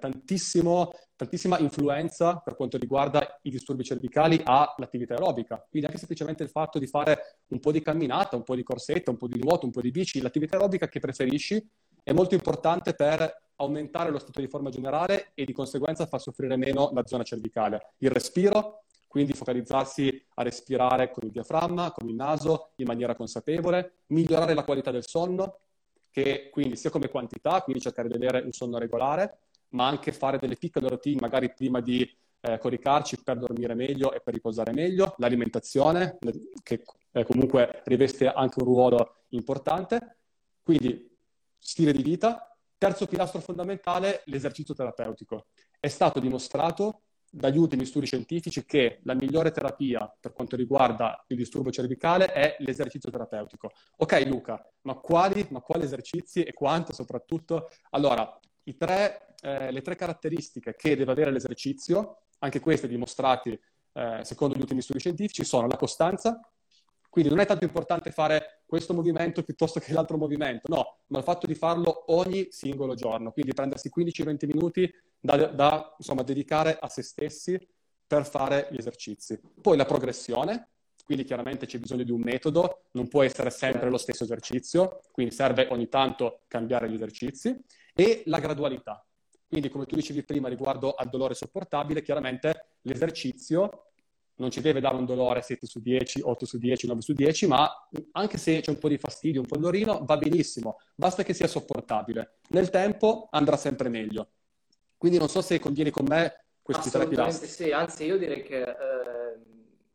tantissima influenza per quanto riguarda i disturbi cervicali ha l'attività aerobica. Quindi anche semplicemente il fatto di fare un po' di camminata, un po' di corsetta, un po' di nuoto, un po' di bici, l'attività aerobica che preferisci è molto importante per aumentare lo stato di forma generale e di conseguenza far soffrire meno la zona cervicale. Il respiro, quindi focalizzarsi a respirare con il diaframma, con il naso, in maniera consapevole, migliorare la qualità del sonno, che quindi sia come quantità, quindi cercare di avere un sonno regolare, ma anche fare delle piccole routine, magari prima di coricarci per dormire meglio e per riposare meglio, l'alimentazione, che comunque riveste anche un ruolo importante, quindi stile di vita. Terzo pilastro fondamentale, l'esercizio terapeutico. È stato dimostrato dagli ultimi studi scientifici che la migliore terapia per quanto riguarda il disturbo cervicale è l'esercizio terapeutico. Ok Luca, ma quali esercizi e quanto soprattutto? Allora, le tre caratteristiche che deve avere l'esercizio, anche queste dimostrate secondo gli ultimi studi scientifici, sono la costanza, quindi non è tanto importante fare questo movimento piuttosto che l'altro movimento, no, ma il fatto di farlo ogni singolo giorno, quindi prendersi 15-20 minuti da insomma, dedicare a se stessi per fare gli esercizi. Poi la progressione, quindi chiaramente c'è bisogno di un metodo, non può essere sempre Certo. lo stesso esercizio, quindi serve ogni tanto cambiare gli esercizi, e la gradualità. Quindi come tu dicevi prima riguardo al dolore sopportabile, chiaramente l'esercizio non ci deve dare un dolore 7 su 10, 8 su 10, 9 su 10, ma anche se c'è un po' di fastidio, un po' di dolorino, va benissimo, basta che sia sopportabile. Nel tempo andrà sempre meglio. Quindi non so se convieni con me questi tre Assolutamente pilastri. sì, anzi io direi che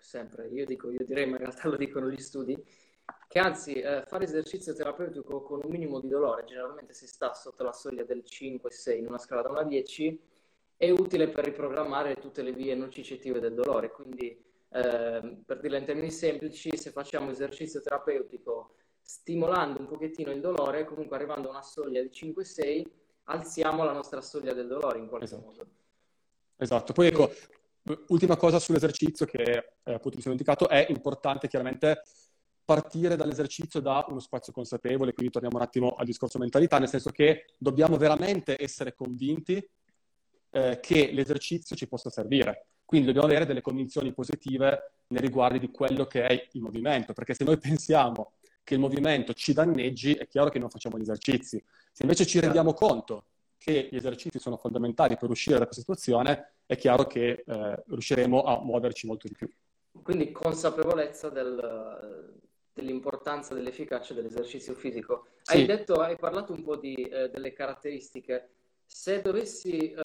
sempre, io direi, ma in realtà lo dicono gli studi, che anzi fare esercizio terapeutico con un minimo di dolore, generalmente si sta sotto la soglia del 5-6 in una scala da 1 a 10, è utile per riprogrammare tutte le vie nocicettive del dolore. Quindi, per dirla in termini semplici, se facciamo esercizio terapeutico stimolando un pochettino il dolore, comunque arrivando a una soglia di 5-6, alziamo la nostra soglia del dolore in qualche modo. Esatto. Poi ecco, ultima cosa sull'esercizio che appunto mi sono dimenticato, è importante chiaramente partire dall'esercizio da uno spazio consapevole, quindi torniamo un attimo al discorso mentalità, nel senso che dobbiamo veramente essere convinti che l'esercizio ci possa servire. Quindi dobbiamo avere delle convinzioni positive nei riguardi di quello che è il movimento, perché se noi pensiamo che il movimento ci danneggi, è chiaro che non facciamo gli esercizi. Se invece ci rendiamo conto che gli esercizi sono fondamentali per uscire da questa situazione, è chiaro che riusciremo a muoverci molto di più. Quindi consapevolezza dell'importanza dell'efficacia dell'esercizio fisico. Sì. Hai parlato un po' delle caratteristiche. Se dovessi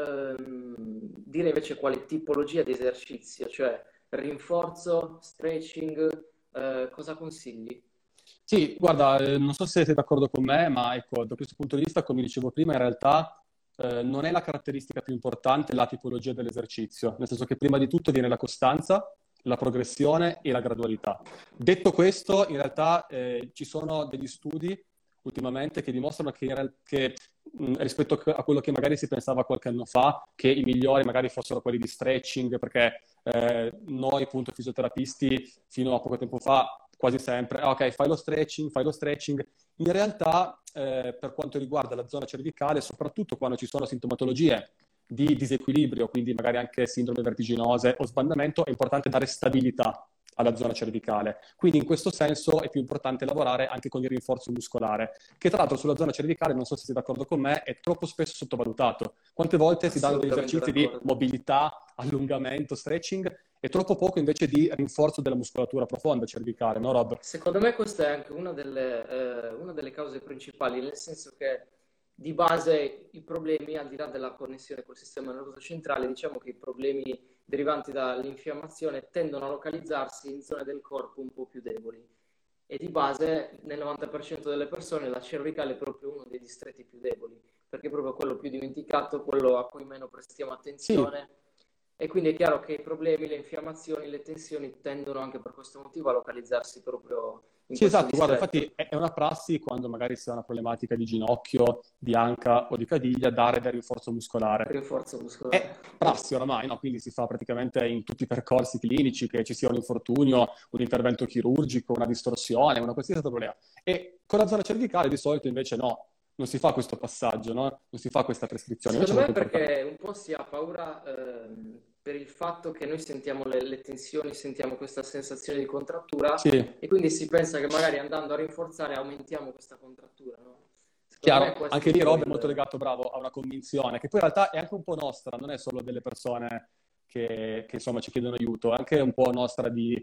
dire invece quale tipologia di esercizio, cioè rinforzo, stretching, cosa consigli? Sì, guarda, non so se sei d'accordo con me, ma ecco, da questo punto di vista, come dicevo prima, in realtà non è la caratteristica più importante la tipologia dell'esercizio, nel senso che prima di tutto viene la costanza, la progressione e la gradualità. Detto questo, in realtà ci sono degli studi ultimamente che dimostrano che rispetto a quello che magari si pensava qualche anno fa, che i migliori magari fossero quelli di stretching, perché noi appunto fisioterapisti fino a poco tempo fa quasi sempre, ok, fai lo stretching. In realtà, per quanto riguarda la zona cervicale, soprattutto quando ci sono sintomatologie di disequilibrio, quindi magari anche sindrome vertiginose o sbandamento, è importante dare stabilità alla zona cervicale. Quindi in questo senso è più importante lavorare anche con il rinforzo muscolare, che tra l'altro sulla zona cervicale, non so se sei d'accordo con me, è troppo spesso sottovalutato. Quante volte si danno degli esercizi di mobilità, allungamento, stretching, e troppo poco invece di rinforzo della muscolatura profonda cervicale, no Rob? Secondo me questa è anche una delle cause principali, nel senso che di base i problemi, al di là della connessione col sistema nervoso centrale, diciamo che i problemi derivanti dall'infiammazione tendono a localizzarsi in zone del corpo un po' più deboli. E di base nel 90% delle persone la cervicale è proprio uno dei distretti più deboli, perché è proprio quello più dimenticato, quello a cui meno prestiamo attenzione. Sì. E quindi è chiaro che i problemi, le infiammazioni, le tensioni tendono anche per questo motivo a localizzarsi proprio in Sì, questo esatto, guarda, distretto. infatti è una prassi quando magari si ha una problematica di ginocchio, di anca o di caviglia, dare del rinforzo muscolare. Rinforzo muscolare. È prassi oramai, no? Quindi si fa praticamente in tutti i percorsi clinici, che ci sia un infortunio, un intervento chirurgico, una distorsione, una qualsiasi altro problema. E con la zona cervicale di solito invece no, non si fa questo passaggio, no? Non si fa questa prescrizione. Secondo me perché un po' si ha paura per il fatto che noi sentiamo le tensioni, sentiamo questa sensazione di contrattura, sì. E quindi si pensa che magari andando a rinforzare aumentiamo questa contrattura, no? Chiaro, anche lì Rob è molto legato, bravo, a una convinzione, che poi in realtà è anche un po' nostra, non è solo delle persone che insomma ci chiedono aiuto, è anche un po' nostra di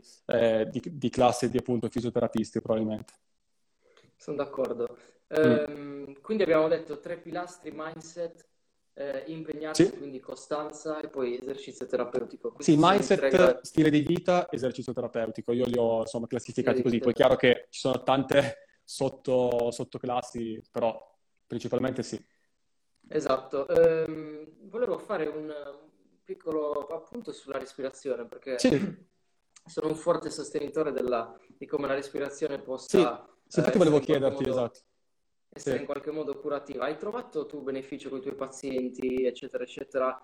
classe di appunto fisioterapisti probabilmente. Sono d'accordo. Quindi abbiamo detto 3 pilastri: mindset, impegnarsi, sì. Quindi costanza, e poi esercizio terapeutico. Questi sì, mindset, stile di vita, esercizio terapeutico. Io li ho insomma classificati così. Poi è chiaro che ci sono tante sottoclassi, però principalmente sì. Esatto. Volevo fare un piccolo appunto sulla respirazione, perché sì. Sono un forte sostenitore di come la respirazione possa... Sì, infatti volevo chiederti, esatto. Essere in qualche modo curativa. Hai trovato tu beneficio con i tuoi pazienti, eccetera, eccetera,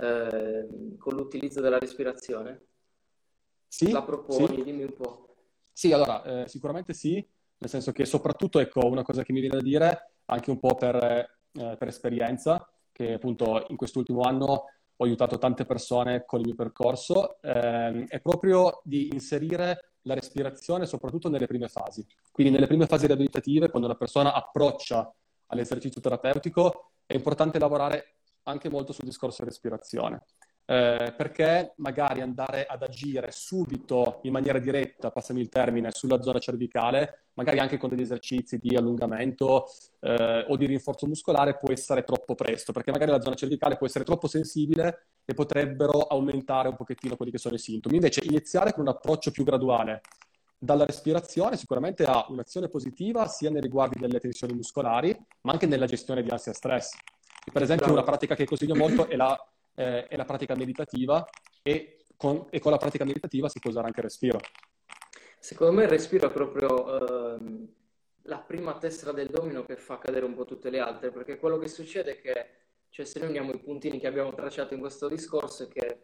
con l'utilizzo della respirazione? Sì. La proponi? Sì. Dimmi un po'. Sì, allora, sicuramente sì, nel senso che soprattutto, ecco, una cosa che mi viene da dire, anche un po' per esperienza, che appunto in quest'ultimo anno ho aiutato tante persone con il mio percorso, è proprio di inserire la respirazione soprattutto nelle prime fasi. Quindi nelle prime fasi riabilitative, quando la persona approccia all'esercizio terapeutico, è importante lavorare anche molto sul discorso respirazione. Perché magari andare ad agire subito in maniera diretta, passami il termine, sulla zona cervicale magari anche con degli esercizi di allungamento o di rinforzo muscolare può essere troppo presto, perché magari la zona cervicale può essere troppo sensibile e potrebbero aumentare un pochettino quelli che sono i sintomi. Invece iniziare con un approccio più graduale dalla respirazione sicuramente ha un'azione positiva sia nei riguardi delle tensioni muscolari, ma anche nella gestione di ansia e stress. Per esempio, una pratica che consiglio molto è la pratica meditativa e con la pratica meditativa si può usare anche il respiro. Secondo me il respiro è proprio la prima tessera del domino che fa cadere un po' tutte le altre, perché quello che succede è che, cioè, se noi uniamo i puntini che abbiamo tracciato in questo discorso, è che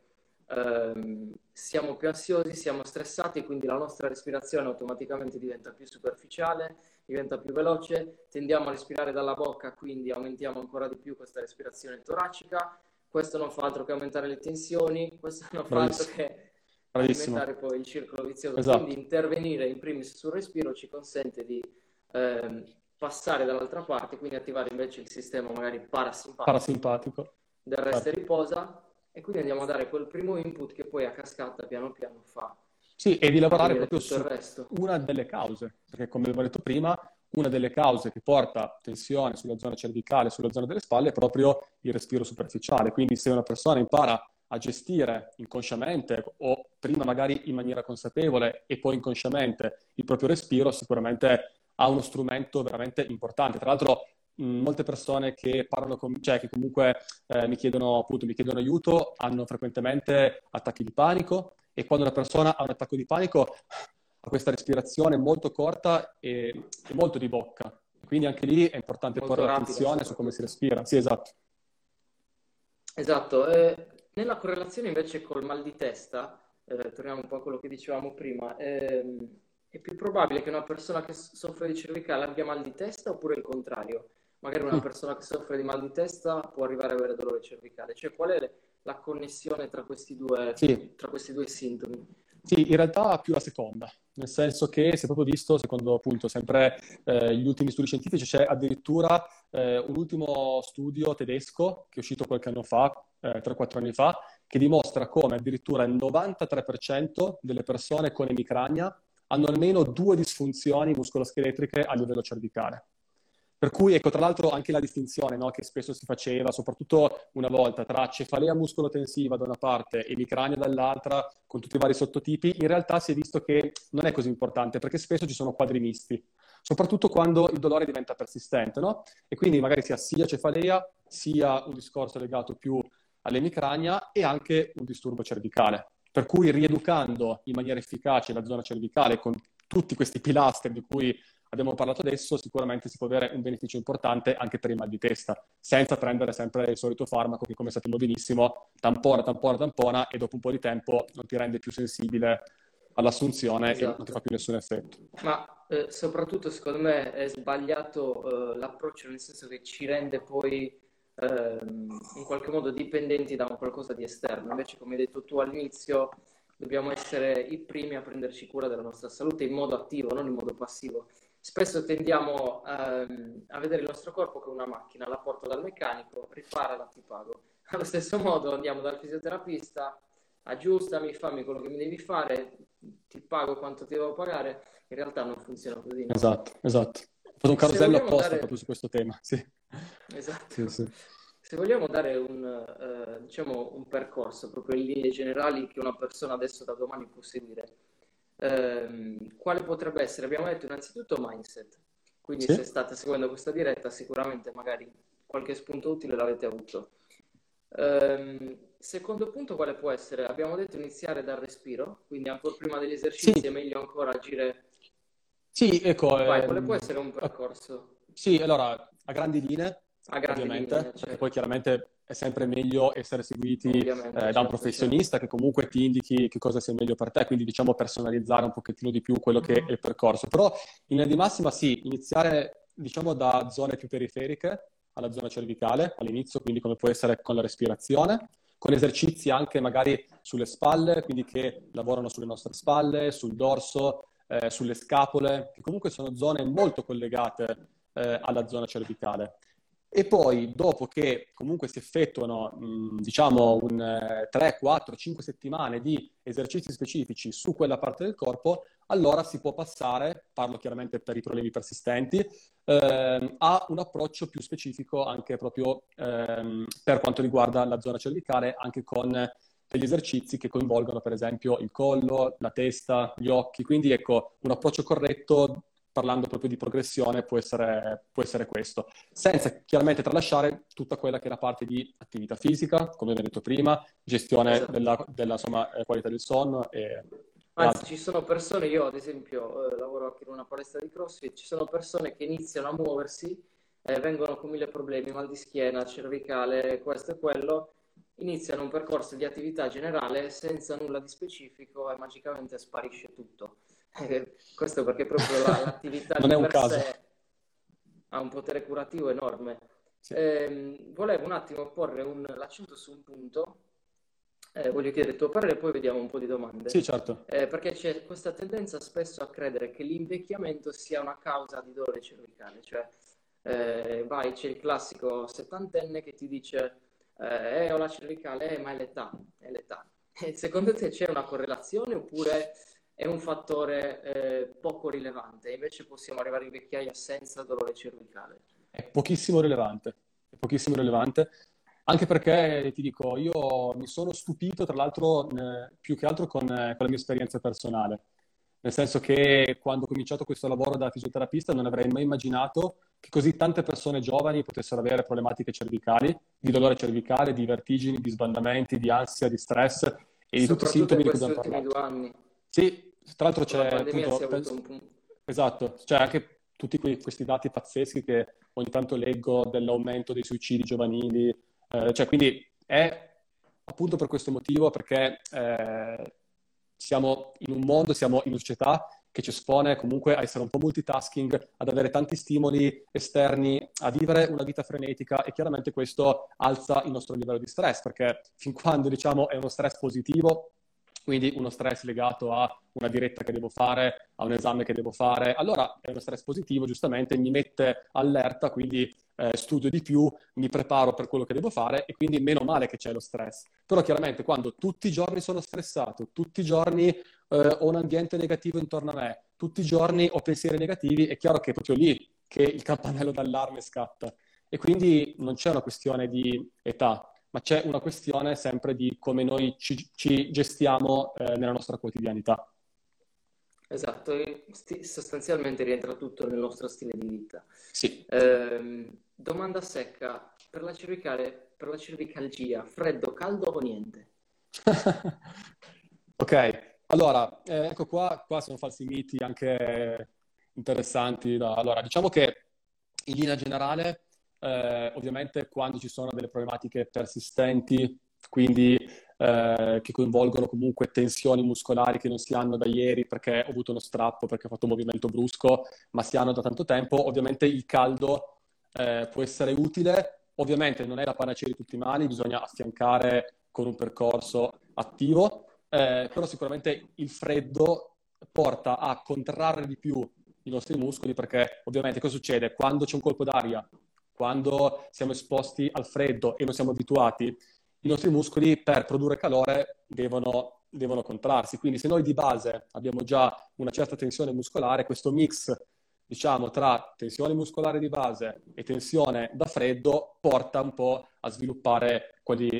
siamo più ansiosi, siamo stressati, quindi la nostra respirazione automaticamente diventa più superficiale, diventa più veloce, tendiamo a respirare dalla bocca, quindi aumentiamo ancora di più questa respirazione toracica. Questo non fa altro che aumentare le tensioni, questo non fa altro che alimentare poi il circolo vizioso. Esatto. Quindi intervenire in primis sul respiro ci consente di passare dall'altra parte, quindi attivare invece il sistema magari parasimpatico. Del resto riposa, e quindi andiamo a dare quel primo input che poi a cascata piano piano fa. Sì, e di lavorare proprio su una delle cause, perché come abbiamo detto prima, una delle cause che porta tensione sulla zona cervicale, sulla zona delle spalle, è proprio il respiro superficiale. Quindi se una persona impara a gestire inconsciamente o prima magari in maniera consapevole e poi inconsciamente il proprio respiro, sicuramente ha uno strumento veramente importante. Tra l'altro molte persone che parlano cioè che comunque mi chiedono aiuto, hanno frequentemente attacchi di panico, e quando una persona ha un attacco di panico ha questa respirazione molto corta e molto di bocca. Quindi anche lì è importante molto porre l'attenzione su come si respira. Sì, esatto. Esatto. Nella correlazione invece col mal di testa, torniamo un po' a quello che dicevamo prima, è più probabile che una persona che soffre di cervicale abbia mal di testa oppure il contrario? Magari una persona che soffre di mal di testa può arrivare ad avere dolore cervicale. Cioè, qual è la connessione tra questi due sintomi? Sì, in realtà più la seconda, nel senso che si è proprio visto, secondo appunto sempre gli ultimi studi scientifici, c'è addirittura un ultimo studio tedesco che è uscito qualche anno fa, 3-4 anni fa, che dimostra come addirittura il 93% delle persone con emicrania hanno almeno 2 disfunzioni muscoloscheletriche a livello cervicale. Per cui, ecco, tra l'altro anche la distinzione, no, che spesso si faceva, soprattutto una volta, tra cefalea muscolotensiva da una parte e emicrania dall'altra, con tutti i vari sottotipi, in realtà si è visto che non è così importante, perché spesso ci sono quadri misti, soprattutto quando il dolore diventa persistente, no? E quindi magari sia cefalea, sia un discorso legato più all'emicrania e anche un disturbo cervicale. Per cui rieducando in maniera efficace la zona cervicale con tutti questi pilastri di cui abbiamo parlato adesso, sicuramente si può avere un beneficio importante anche per il mal di testa, senza prendere sempre il solito farmaco che, come sappiamo benissimo, tampona e dopo un po' di tempo non ti rende più sensibile all'assunzione. Esatto. E non ti fa più nessun effetto. Ma soprattutto secondo me è sbagliato l'approccio, nel senso che ci rende poi in qualche modo dipendenti da un qualcosa di esterno. Invece, come hai detto tu all'inizio, dobbiamo essere i primi a prenderci cura della nostra salute in modo attivo, non in modo passivo. Spesso tendiamo a vedere il nostro corpo come una macchina, la porto dal meccanico, riparala, ti pago. Allo stesso modo andiamo dal fisioterapista, aggiustami, fammi quello che mi devi fare, ti pago quanto ti devo pagare. In realtà non funziona così. No? Esatto. Ho fatto un carosello apposta proprio su questo tema. Sì. Esatto. Sì. Se vogliamo dare un percorso proprio in linee generali che una persona adesso da domani può seguire, quale potrebbe essere? Abbiamo detto innanzitutto mindset, quindi se state seguendo questa diretta sicuramente magari qualche spunto utile l'avete avuto. Secondo punto quale può essere? Abbiamo detto iniziare dal respiro, quindi ancora prima degli esercizi è meglio ancora agire. Sì, ecco. Quale può essere un percorso? Sì, allora, a grandi linee, ovviamente, certo. Perché poi chiaramente è sempre meglio essere seguiti da un professionista che comunque ti indichi che cosa sia meglio per te, quindi diciamo personalizzare un pochettino di più quello che è il percorso. Però in linea di massima sì, iniziare diciamo da zone più periferiche alla zona cervicale all'inizio, quindi come può essere con la respirazione, con esercizi anche magari sulle spalle, quindi che lavorano sulle nostre spalle, sul dorso, sulle scapole, che comunque sono zone molto collegate alla zona cervicale. E poi, dopo che comunque si effettuano, diciamo, 3, 4, 5 settimane di esercizi specifici su quella parte del corpo, allora si può passare, parlo chiaramente per i problemi persistenti, a un approccio più specifico anche proprio per quanto riguarda la zona cervicale, anche con degli esercizi che coinvolgono per esempio il collo, la testa, gli occhi. Quindi ecco, un approccio corretto, parlando proprio di progressione, può essere questo, senza chiaramente tralasciare tutta quella che è la parte di attività fisica, come abbiamo detto prima, gestione Esatto. insomma, qualità del sonno e Anzi, altro. ci sono persone, io ad esempio lavoro anche in una palestra di CrossFit, ci sono persone che iniziano a muoversi, vengono con mille problemi, mal di schiena, cervicale, questo e quello, iniziano un percorso di attività generale senza nulla di specifico e magicamente sparisce tutto. Questo perché proprio l'attività Non di è un per caso. sé ha un potere curativo enorme. Sì, Volevo un attimo porre l'accento su un punto, voglio chiedere il tuo parere e poi vediamo un po' di sì, domande. certo. Perché c'è questa tendenza spesso a credere che l'invecchiamento sia una causa di dolore cervicale, cioè vai, c'è il classico settantenne che ti dice ho la cervicale, ma è l'età, è l'età. Secondo te c'è una correlazione oppure è un fattore poco rilevante? Invece possiamo arrivare in vecchiaia senza dolore cervicale. È pochissimo rilevante, è pochissimo rilevante, anche perché ti dico, io mi sono stupito, tra l'altro, più che altro con la mia esperienza personale. Nel senso che quando ho cominciato questo lavoro da fisioterapista non avrei mai immaginato che così tante persone giovani potessero avere problematiche cervicali, di dolore cervicale, di vertigini, di sbandamenti, di ansia, di stress e di tutti i Soprattutto in sintomi di cui questi abbiamo ultimi parlato. 2 anni, Sì, tra l'altro con la c'è pandemia si appunto, è avuto un punto. esatto, c'è anche tutti questi dati pazzeschi che ogni tanto leggo dell'aumento dei suicidi giovanili, cioè quindi è appunto per questo motivo, perché siamo in un mondo, siamo in una società che ci espone comunque a essere un po' multitasking, ad avere tanti stimoli esterni, a vivere una vita frenetica e chiaramente questo alza il nostro livello di stress, perché fin quando diciamo è uno stress positivo, quindi uno stress legato a una diretta che devo fare, a un esame che devo fare, allora è uno stress positivo, giustamente mi mette allerta, quindi studio di più, mi preparo per quello che devo fare e quindi meno male che c'è lo stress. Però chiaramente quando tutti i giorni sono stressato, tutti i giorni ho un ambiente negativo intorno a me, tutti i giorni ho pensieri negativi, è chiaro che è proprio lì che il campanello d'allarme scatta. E quindi non c'è una questione di età, ma c'è una questione sempre di come noi ci gestiamo nella nostra quotidianità. Esatto, e sostanzialmente rientra tutto nel nostro stile di vita. Sì. Domanda secca, per la cervicalgia, freddo, caldo o niente? Ok, allora, ecco qua sono falsi miti anche interessanti. Allora, diciamo che in linea generale, ovviamente quando ci sono delle problematiche persistenti, quindi che coinvolgono comunque tensioni muscolari che non si hanno da ieri perché ho avuto uno strappo, perché ho fatto un movimento brusco, ma si hanno da tanto tempo, ovviamente il caldo può essere utile. Ovviamente non è la panacea di tutti i mali, bisogna affiancare con un percorso attivo, però sicuramente il freddo porta a contrarre di più i nostri muscoli perché ovviamente cosa succede? Quando c'è un colpo d'aria, quando siamo esposti al freddo e non siamo abituati, i nostri muscoli per produrre calore devono contrarsi. Quindi se noi di base abbiamo già una certa tensione muscolare, questo mix diciamo, tra tensione muscolare di base e tensione da freddo porta un po' a sviluppare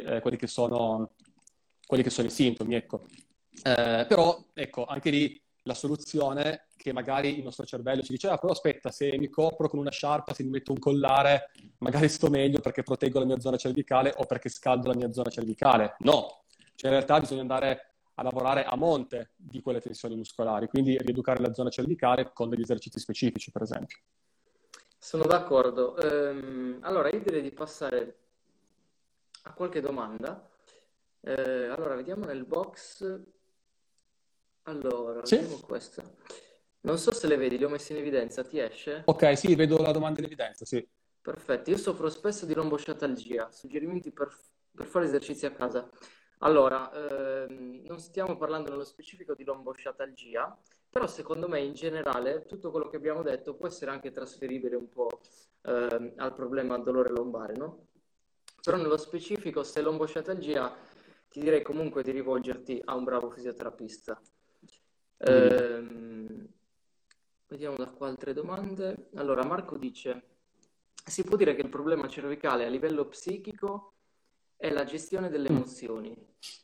quelli che sono i sintomi, ecco. Però, ecco, anche lì la soluzione che magari il nostro cervello ci dice, ah, però aspetta, se mi copro con una sciarpa, se mi metto un collare, magari sto meglio perché proteggo la mia zona cervicale o perché scaldo la mia zona cervicale. No, cioè in realtà bisogna andare a lavorare a monte di quelle tensioni muscolari, quindi rieducare la zona cervicale con degli esercizi specifici, per esempio. Sono d'accordo. Allora, io direi di passare a qualche domanda. Allora, vediamo nel box. Allora, Sì? vediamo questa. Non so se le vedi, le ho messe in evidenza, ti esce? Ok, sì, vedo la domanda in evidenza, sì. Perfetto, io soffro spesso di lombosciatalgia, suggerimenti per fare esercizi a casa. Allora, non stiamo parlando nello specifico di lombosciatalgia, però secondo me in generale tutto quello che abbiamo detto può essere anche trasferibile un po' al problema dolore lombare, no? Però Sì. nello specifico, se lombosciatalgia, ti direi comunque di rivolgerti a un bravo fisioterapista. Condivido. Vediamo da qua altre domande. Allora, Marco dice, si può dire che il problema cervicale a livello psichico è la gestione delle Mm. emozioni.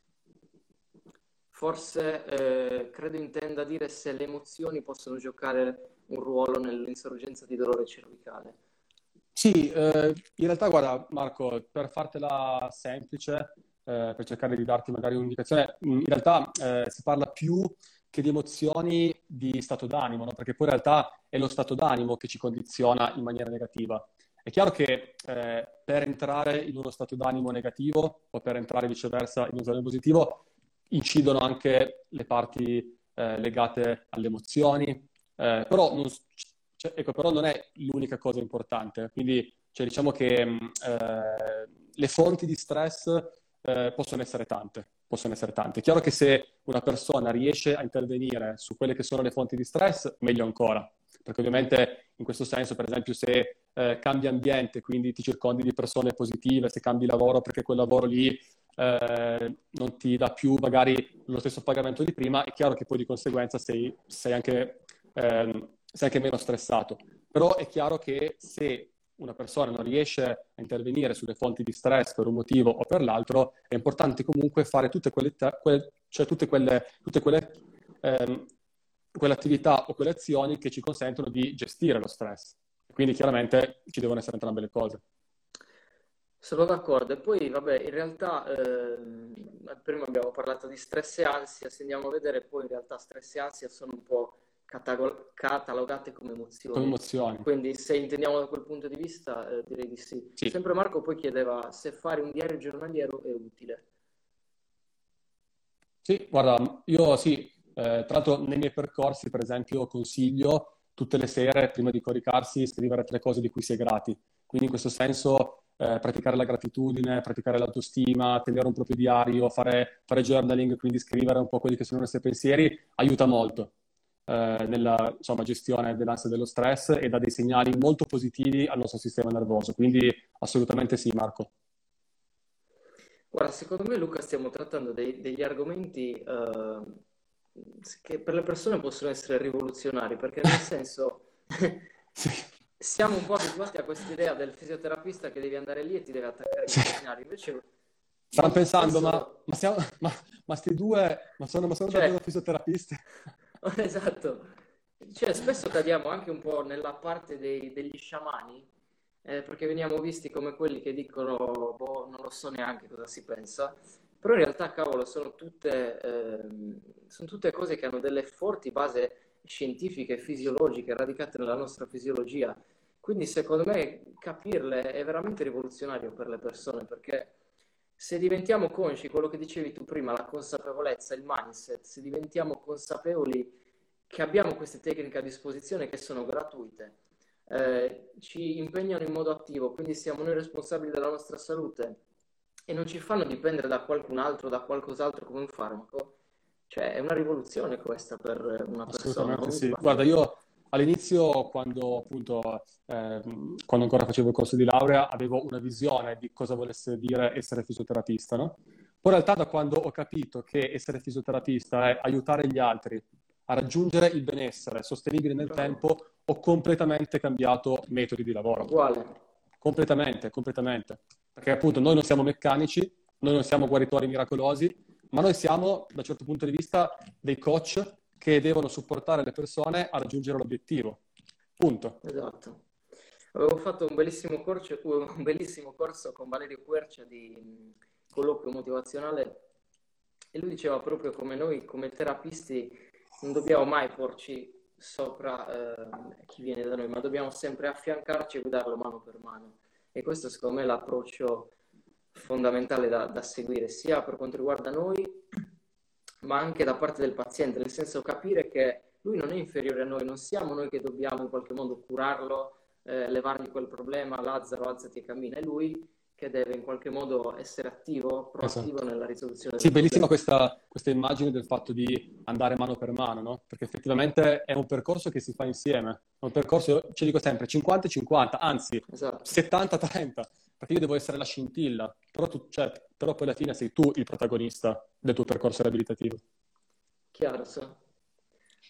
Forse credo intenda dire se le emozioni possono giocare un ruolo nell'insorgenza di dolore cervicale. Sì, in realtà, guarda, Marco, per fartela semplice, per cercare di darti magari un'indicazione, in realtà si parla più che di emozioni di stato d'animo, no? Perché poi in realtà è lo stato d'animo che ci condiziona in maniera negativa. È chiaro che per entrare in uno stato d'animo negativo o per entrare viceversa in uno stato positivo incidono anche le parti legate alle emozioni, però ecco, però non è l'unica cosa importante. Quindi cioè, diciamo che le fonti di stress possono essere tante. Possono essere tante. È chiaro che se una persona riesce a intervenire su quelle che sono le fonti di stress, meglio ancora. Perché ovviamente in questo senso, per esempio, se cambi ambiente, quindi ti circondi di persone positive, se cambi lavoro perché quel lavoro lì non ti dà più magari lo stesso pagamento di prima, è chiaro che poi di conseguenza sei anche meno stressato. Però è chiaro che se una persona non riesce a intervenire sulle fonti di stress per un motivo o per l'altro, è importante comunque fare ehm, quelle attività o quelle azioni che ci consentono di gestire lo stress. Quindi chiaramente ci devono essere entrambe le cose. Sono d'accordo. E poi, vabbè, in realtà, prima abbiamo parlato di stress e ansia, se andiamo a vedere, poi in realtà stress e ansia sono un po' catalogate come Come emozioni. emozioni. Quindi, se intendiamo da quel punto di vista, direi di sì. Sì. Sempre Marco poi chiedeva se fare un diario giornaliero è utile. Sì, guarda, io sì, tra l'altro nei miei percorsi, per esempio, consiglio tutte le sere, prima di coricarsi, scrivere tre cose di cui si è grati. Quindi in questo senso, praticare la gratitudine, praticare l'autostima, tenere un proprio diario, fare journaling, quindi scrivere un po' quelli che sono i nostri pensieri, aiuta molto, nella, insomma, gestione dell'ansia e dello stress e dà dei segnali molto positivi al nostro sistema nervoso. Quindi assolutamente sì, Marco. Guarda, secondo me, Luca, stiamo trattando degli argomenti che per le persone possono essere rivoluzionari, perché nel senso Sì. siamo un po' abituati a quest'idea del fisioterapista che devi andare lì e ti deve attaccare i Sì. medicinali, invece Staranno molto pensando, spesso, ma sti due, ma sono davvero cioè, fisioterapisti? esatto, cioè spesso cadiamo anche un po' nella parte degli sciamani, perché veniamo visti come quelli che dicono, boh, non lo so neanche cosa si pensa, però in realtà, cavolo, sono tutte cose che hanno delle forti basi scientifiche e fisiologiche radicate nella nostra fisiologia. Quindi secondo me capirle è veramente rivoluzionario per le persone, perché se diventiamo consci, quello che dicevi tu prima, la consapevolezza, il mindset, se diventiamo consapevoli che abbiamo queste tecniche a disposizione che sono gratuite, ci impegnano in modo attivo, quindi siamo noi responsabili della nostra salute e non ci fanno dipendere da qualcun altro, da qualcos'altro come un farmaco, cioè è una rivoluzione questa per una persona, o Assolutamente mi sì. Guarda, sbaglio? io all'inizio, quando appunto, quando ancora facevo il corso di laurea, avevo una visione di cosa volesse dire essere fisioterapista, no? Poi in realtà da quando ho capito che essere fisioterapista è aiutare gli altri a raggiungere il benessere sostenibile nel Bravo, tempo, ho completamente cambiato metodi di lavoro. uguale, Completamente, completamente. Perché appunto noi non siamo meccanici, noi non siamo guaritori miracolosi, ma noi siamo, da un certo punto di vista, dei coach che devono supportare le persone a raggiungere l'obiettivo. Punto. esatto. Avevo fatto un bellissimo corso con Valerio Quercia di colloquio motivazionale e lui diceva proprio come noi, come terapisti, non dobbiamo mai porci sopra chi viene da noi, ma dobbiamo sempre affiancarci e guidarlo mano per mano. E questo secondo me è l'approccio fondamentale da seguire, sia per quanto riguarda noi, ma anche da parte del paziente, nel senso capire che lui non è inferiore a noi, non siamo noi che dobbiamo in qualche modo curarlo, levargli quel problema, Lazzaro, alzati e cammina, è lui che deve in qualche modo essere attivo, proattivo Esatto. nella risoluzione del Sì, bellissima problema. questa immagine del fatto di andare mano per mano, no? Perché effettivamente è un percorso che si fa insieme. È un percorso, io ci dico sempre, 50-50, anzi Esatto, 70-30, perché io devo essere la scintilla, però, però poi alla fine sei tu il protagonista del tuo percorso riabilitativo. chiaro, so.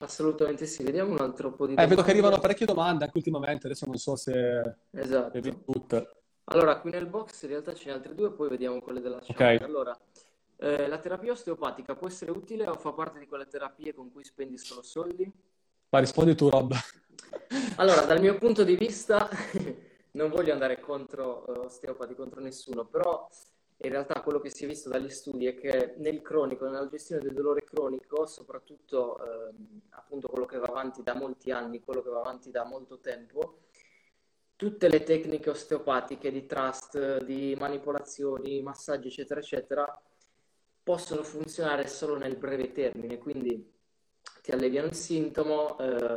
Assolutamente sì. Vediamo un altro po' di Vedo che arrivano domande. parecchie domande anche ultimamente, adesso non so se le vedi Esatto. tutte. Allora, qui nel box in realtà ce ne altre due, poi vediamo quelle della Ok, chat. Allora, la terapia osteopatica può essere utile o fa parte di quelle terapie con cui spendi solo soldi? ma rispondi tu, Rob. Allora, dal mio punto di vista, non voglio andare contro osteopati, contro nessuno, però in realtà quello che si è visto dagli studi è che nel cronico, nella gestione del dolore cronico, soprattutto appunto quello che va avanti da molti anni, quello che va avanti da molto tempo, tutte le tecniche osteopatiche di trust, di manipolazioni, massaggi, eccetera, eccetera, possono funzionare solo nel breve termine, quindi ti alleviano il sintomo,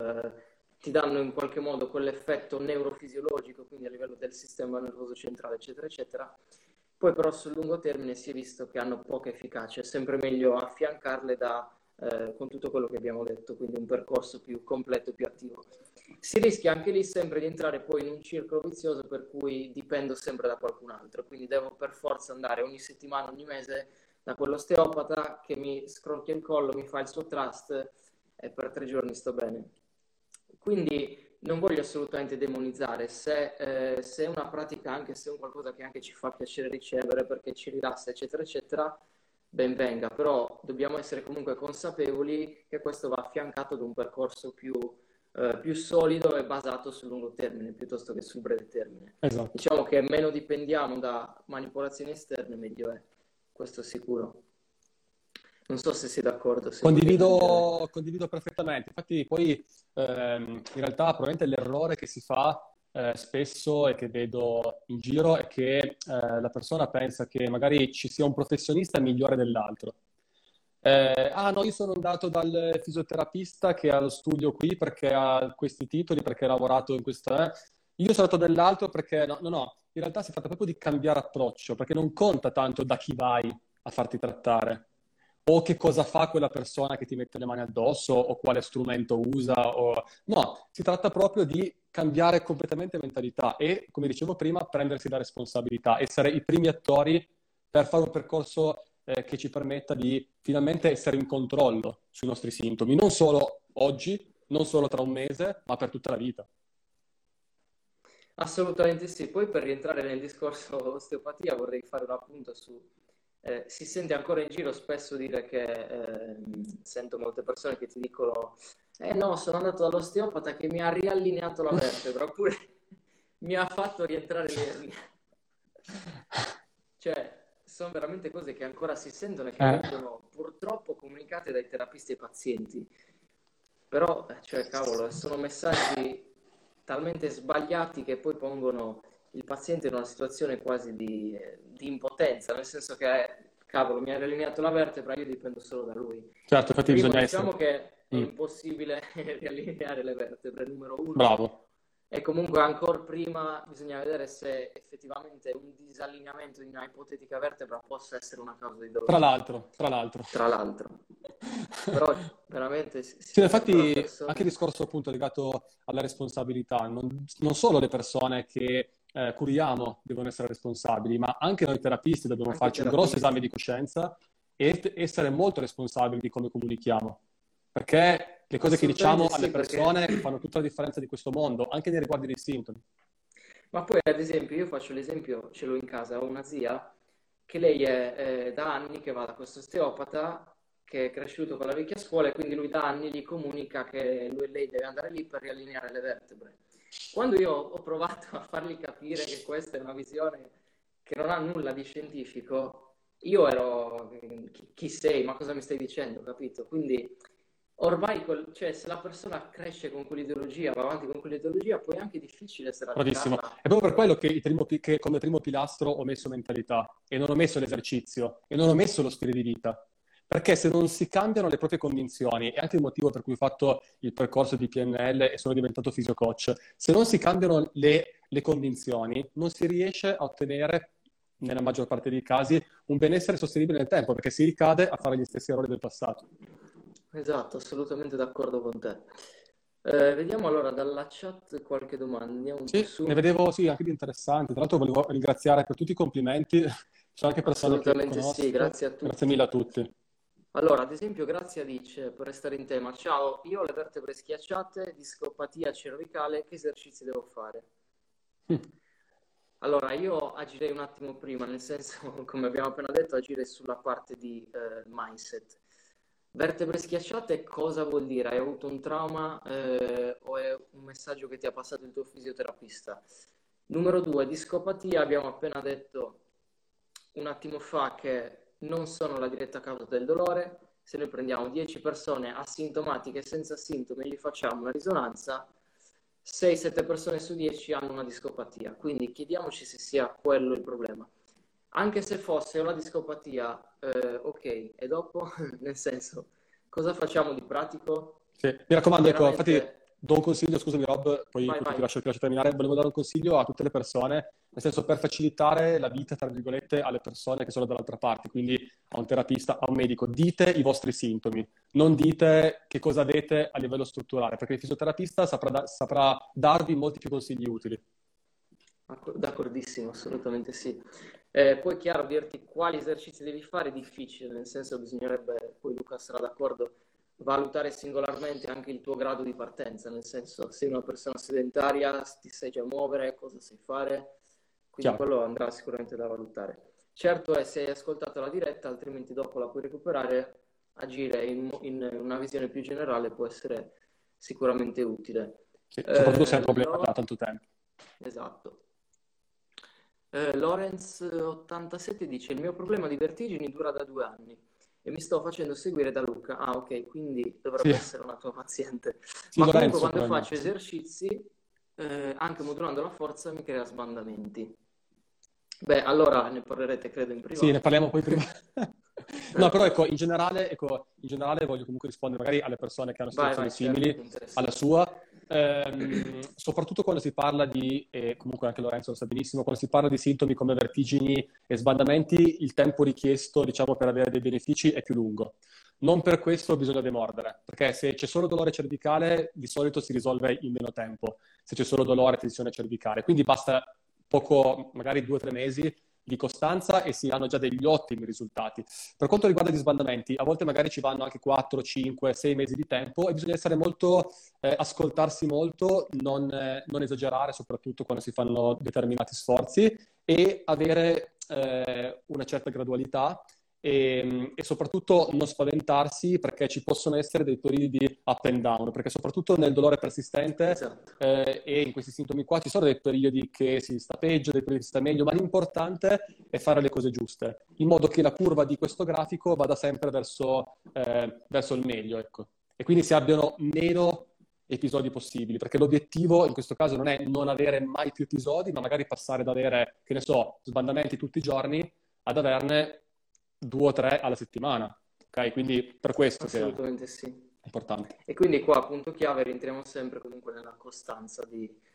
ti danno in qualche modo quell'effetto neurofisiologico, quindi a livello del sistema nervoso centrale, eccetera, eccetera. Poi però sul lungo termine si è visto che hanno poca efficacia, è sempre meglio affiancarle con tutto quello che abbiamo detto, quindi un percorso più completo, più attivo. Si rischia anche lì sempre di entrare poi in un circolo vizioso per cui dipendo sempre da qualcun altro, quindi devo per forza andare ogni settimana, ogni mese da quell'osteopata che mi scrocchia il collo, mi fa il suo trust e per 3 giorni sto bene. Quindi non voglio assolutamente demonizzare, se è una pratica, anche se è un qualcosa che anche ci fa piacere ricevere perché ci rilassa, eccetera, eccetera, ben venga, però dobbiamo essere comunque consapevoli che questo va affiancato ad un percorso più solido e basato sul lungo termine piuttosto che sul breve termine. esatto. Diciamo che meno dipendiamo da manipolazioni esterne, meglio è, questo sicuro. Non so se sei d'accordo, se vuoi aggiungere. Condivido perfettamente. Infatti, poi in realtà probabilmente l'errore che si fa spesso e che vedo in giro è che la persona pensa che magari ci sia un professionista migliore dell'altro. No, io sono andato dal fisioterapista che ha lo studio qui perché ha questi titoli, perché ha lavorato in questa. Io sono andato dall'altro perché no, no, no, in realtà si tratta proprio di cambiare approccio, perché non conta tanto da chi vai a farti trattare o che cosa fa quella persona che ti mette le mani addosso o quale strumento usa. No, si tratta proprio di cambiare completamente mentalità e, come dicevo prima, prendersi la responsabilità, essere i primi attori per fare un percorso che ci permetta di finalmente essere in controllo sui nostri sintomi, non solo oggi, non solo tra un mese, ma per tutta la vita. Assolutamente sì. Poi per rientrare nel discorso osteopatia vorrei fare un appunto su. Si sente ancora in giro spesso dire che sento molte persone che ti dicono: eh no, sono andato dall'osteopata che mi ha riallineato la vertebra, oppure mi ha fatto rientrare le ernie. Cioè, sono veramente cose che ancora si sentono e che Eh, vengono purtroppo comunicate dai terapisti ai pazienti. Però, cioè, cavolo, sono messaggi talmente sbagliati che poi pongono il paziente in una situazione quasi di impotenza, nel senso che, cavolo, mi ha riallineato la vertebra, io dipendo solo da lui. certo, infatti Primo, bisogna essere. diciamo che è Mm, impossibile riallineare le vertebre, numero uno, bravo. e comunque ancora prima bisogna vedere se effettivamente un disallineamento di una ipotetica vertebra possa essere una causa di Tra dolore, l'altro, tra l'altro. tra l'altro. Però veramente si Sì, vede ancora infatti anche il persone. discorso appunto legato alla responsabilità, non solo le persone che curiamo devono essere responsabili, ma anche noi terapisti dobbiamo Anche i farci un grosso esame terapisti, di coscienza e essere molto responsabili di come comunichiamo, perché le cose che diciamo assolutamente alle sì, perché. persone fanno tutta la differenza di questo mondo, anche nei riguardi dei sintomi. Ma poi ad esempio, io faccio l'esempio, ce l'ho in casa, ho una zia che lei è da anni che va da questo osteopata che è cresciuto con la vecchia scuola e quindi lui da anni gli comunica che lui e lei deve andare lì per riallineare le vertebre. Quando io ho provato a fargli capire che questa è una visione che non ha nulla di scientifico, io ero chi sei, ma cosa mi stai dicendo, capito? Quindi ormai, cioè, se la persona cresce con quell'ideologia, va avanti con quell'ideologia, poi è anche difficile Bravissimo. sradicarla. È proprio per quello che come primo pilastro ho messo mentalità e non ho messo l'esercizio e non ho messo lo stile di vita. Perché se non si cambiano le proprie condizioni, è anche il motivo per cui ho fatto il percorso di PNL e sono diventato fisiocoach, se non si cambiano le condizioni, non si riesce a ottenere, nella maggior parte dei casi, un benessere sostenibile nel tempo, perché si ricade a fare gli stessi errori del passato. Esatto, assolutamente d'accordo con te. Vediamo allora dalla chat qualche domanda, andiamo un po' Sì, ne su. vedevo sì, anche di interessanti. Tra l'altro volevo ringraziare per tutti i complimenti. Ci sono anche persone che Assolutamente sì, conosco. grazie a Grazie mille tutti. a tutti. Allora, ad esempio, Grazia dice, per restare in tema, ciao, io ho le vertebre schiacciate, discopatia cervicale, che esercizi devo fare? Allora, io agirei un attimo prima, nel senso, come abbiamo appena detto, agire sulla parte di mindset. Vertebre schiacciate, cosa vuol dire? Hai avuto un trauma o è un messaggio che ti ha passato il tuo fisioterapista? Numero due, discopatia, abbiamo appena detto un attimo fa che non sono la diretta causa del dolore. Se noi prendiamo 10 persone asintomatiche senza sintomi e gli facciamo una risonanza, 6-7 persone su 10 hanno una discopatia. Quindi chiediamoci se sia quello il problema. Anche se fosse una discopatia, ok, e dopo, nel senso, cosa facciamo di pratico? Sì. Mi raccomando, ecco, infatti Chiaramente, do un consiglio, scusami Rob, vai, poi vai. ti lascio terminare. Volevo dare un consiglio a tutte le persone, nel senso per facilitare la vita, tra virgolette, alle persone che sono dall'altra parte, quindi a un terapista, a un medico. Dite i vostri sintomi, non dite che cosa avete a livello strutturale, perché il fisioterapista saprà darvi molti più consigli utili. D'accordissimo, assolutamente sì. Poi chiaro, dirti quali esercizi devi fare è difficile, nel senso bisognerebbe, poi Luca sarà d'accordo, valutare singolarmente anche il tuo grado di partenza, nel senso sei una persona sedentaria, ti sai già muovere, cosa sai fare, quindi Chiaro? quello andrà sicuramente da valutare. Certo è se hai ascoltato la diretta, altrimenti dopo la puoi recuperare, agire in una visione più generale può essere sicuramente utile. Sì, soprattutto se è un problema da Lo... tanto tempo. Esatto. Lorenz87 dice: il mio problema di vertigini dura da 2 anni e mi sto facendo seguire da Luca. Ah, ok, quindi Sì, dovrebbe essere una tua paziente. sì, Ma comunque, Lorenzo, quando faccio probabilmente, sì. esercizi, anche modulando la forza, mi crea sbandamenti. Beh, allora ne parlerete, credo, in Sì, ne privato. parliamo poi prima. No, però ecco, in generale voglio comunque rispondere magari alle persone che hanno Vai, situazioni vai, certo, simili mi alla interessa. sua. Soprattutto quando si parla di, e comunque anche Lorenzo lo sa benissimo, quando si parla di sintomi come vertigini e sbandamenti, il tempo richiesto, diciamo, per avere dei benefici è più lungo. Non per questo bisogna demordere, perché se c'è solo dolore cervicale, di solito si risolve in meno tempo, se c'è solo dolore, tensione cervicale. Quindi basta poco, magari 2 o 3 mesi di costanza e si hanno già degli ottimi risultati. Per quanto riguarda gli sbandamenti, a volte magari ci vanno anche 4, 5, 6 mesi di tempo e bisogna essere molto, ascoltarsi molto, non esagerare, soprattutto quando si fanno determinati sforzi e avere una certa gradualità e soprattutto non spaventarsi perché ci possono essere dei periodi di up and down, perché soprattutto nel dolore persistente Esatto, e in questi sintomi qua ci sono dei periodi che si sta peggio, dei periodi che si sta meglio, ma l'importante è fare le cose giuste, in modo che la curva di questo grafico vada sempre verso il meglio, ecco. E quindi si abbiano meno episodi possibili, perché l'obiettivo in questo caso non è non avere mai più episodi, ma magari passare da avere, che ne so, sbandamenti tutti i giorni ad averne 2 o 3 alla settimana. Ok? Quindi per questo che è assolutamente sì. importante. E quindi qua, punto chiave, rientriamo sempre comunque nella costanza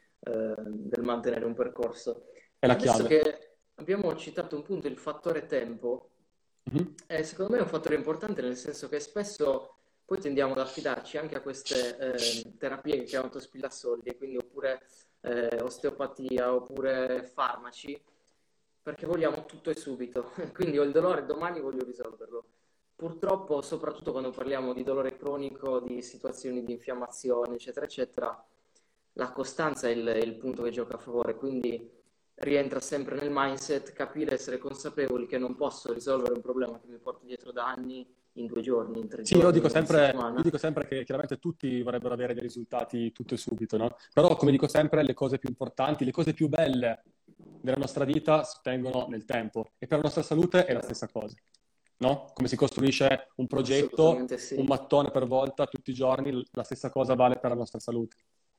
del mantenere un percorso. È la Adesso chiave. che abbiamo citato un punto, il fattore tempo, Mhm. secondo me è un fattore importante nel senso che spesso poi tendiamo ad affidarci anche a queste terapie che chiamano spillassoldi, quindi oppure osteopatia, oppure farmaci, perché vogliamo tutto e subito. Quindi ho il dolore, domani voglio risolverlo. Purtroppo, soprattutto quando parliamo di dolore cronico, di situazioni di infiammazione, eccetera, eccetera, la costanza è il punto che gioca a favore, quindi rientra sempre nel mindset, capire, essere consapevoli che non posso risolvere un problema che mi porto dietro da anni in 2 giorni, in tre Sì, io giorni, dico in una sempre, io settimana. dico sempre che chiaramente tutti vorrebbero avere dei risultati tutto e subito, no? Però, come dico sempre, le cose più importanti, le cose più belle della nostra vita si ottengono nel tempo e per la nostra salute è la Chiaro. stessa cosa, no? Come si costruisce un progetto, Assolutamente un sì, mattone per volta, tutti i giorni, la stessa cosa vale per la nostra salute.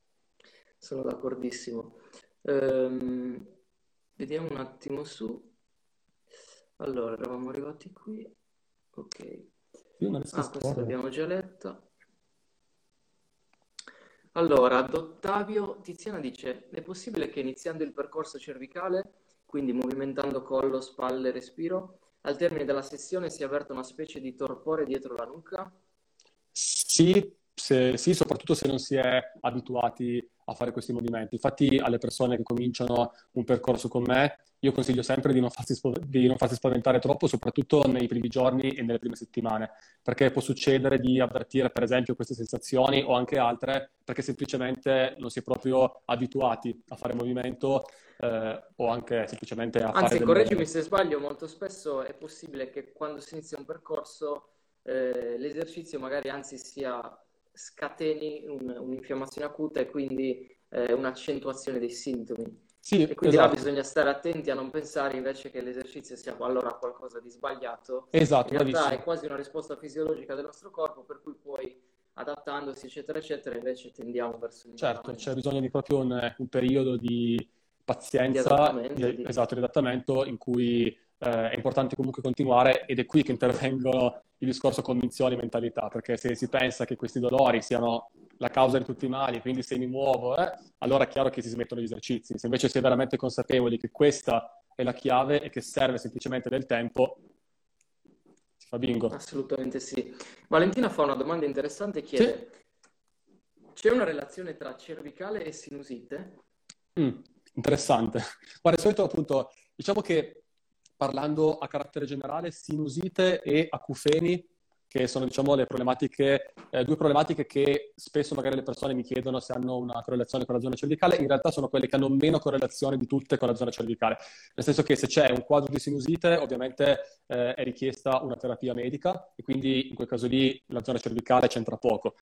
sono d'accordissimo. Ehm, vediamo un attimo su. Allora, eravamo arrivati qui. Ok. Sì, una lista Questa storia. l'abbiamo già letta. Allora, ad Ottavio Tiziana dice: è possibile che iniziando il percorso cervicale, quindi movimentando collo, spalle, respiro, al termine della sessione si avverta una specie di torpore dietro la nuca? Sì, Sì, soprattutto se non si è abituati a fare questi movimenti. Infatti, alle persone che cominciano un percorso con me, io consiglio sempre di non farsi spaventare troppo, soprattutto nei primi giorni e nelle prime settimane, perché può succedere di avvertire, per esempio, queste sensazioni o anche altre, perché semplicemente non si è proprio abituati a fare movimento, o anche semplicemente a fare Anzi, delle... correggimi se sbaglio, molto spesso è possibile che quando si inizia un percorso l'esercizio magari anzi scateni un'infiammazione acuta e quindi un'accentuazione dei sintomi. Sì, E quindi là esatto, bisogna stare attenti a non pensare invece che l'esercizio sia allora qualcosa di sbagliato. In esatto, realtà è bravissimo. quasi una risposta fisiologica del nostro corpo, per cui poi adattandosi, eccetera, eccetera, invece tendiamo verso il Certo, c'è miglioramento bisogno di proprio un periodo di di pazienza, adattamento. esatto, di adattamento in cui è importante comunque continuare ed è qui che intervengono il discorso convinzioni e mentalità, perché se si pensa che questi dolori siano la causa di tutti i mali, quindi se mi muovo, allora è chiaro che si smettono gli esercizi. Se invece si è veramente consapevoli che questa è la chiave e che serve semplicemente del tempo, si fa bingo. Assolutamente sì. Valentina fa una domanda interessante e Sì. chiede: c'è una relazione tra cervicale e sinusite? Mm, interessante. Guarda, di solito appunto, diciamo che parlando a carattere generale, sinusite e acufeni, che sono diciamo le problematiche, due problematiche che spesso magari le persone mi chiedono se hanno una correlazione con la zona cervicale, in realtà sono quelle che hanno meno correlazione di tutte con la zona cervicale. Nel senso che se c'è un quadro di sinusite, ovviamente è richiesta una terapia medica e quindi in quel caso lì la zona cervicale c'entra poco.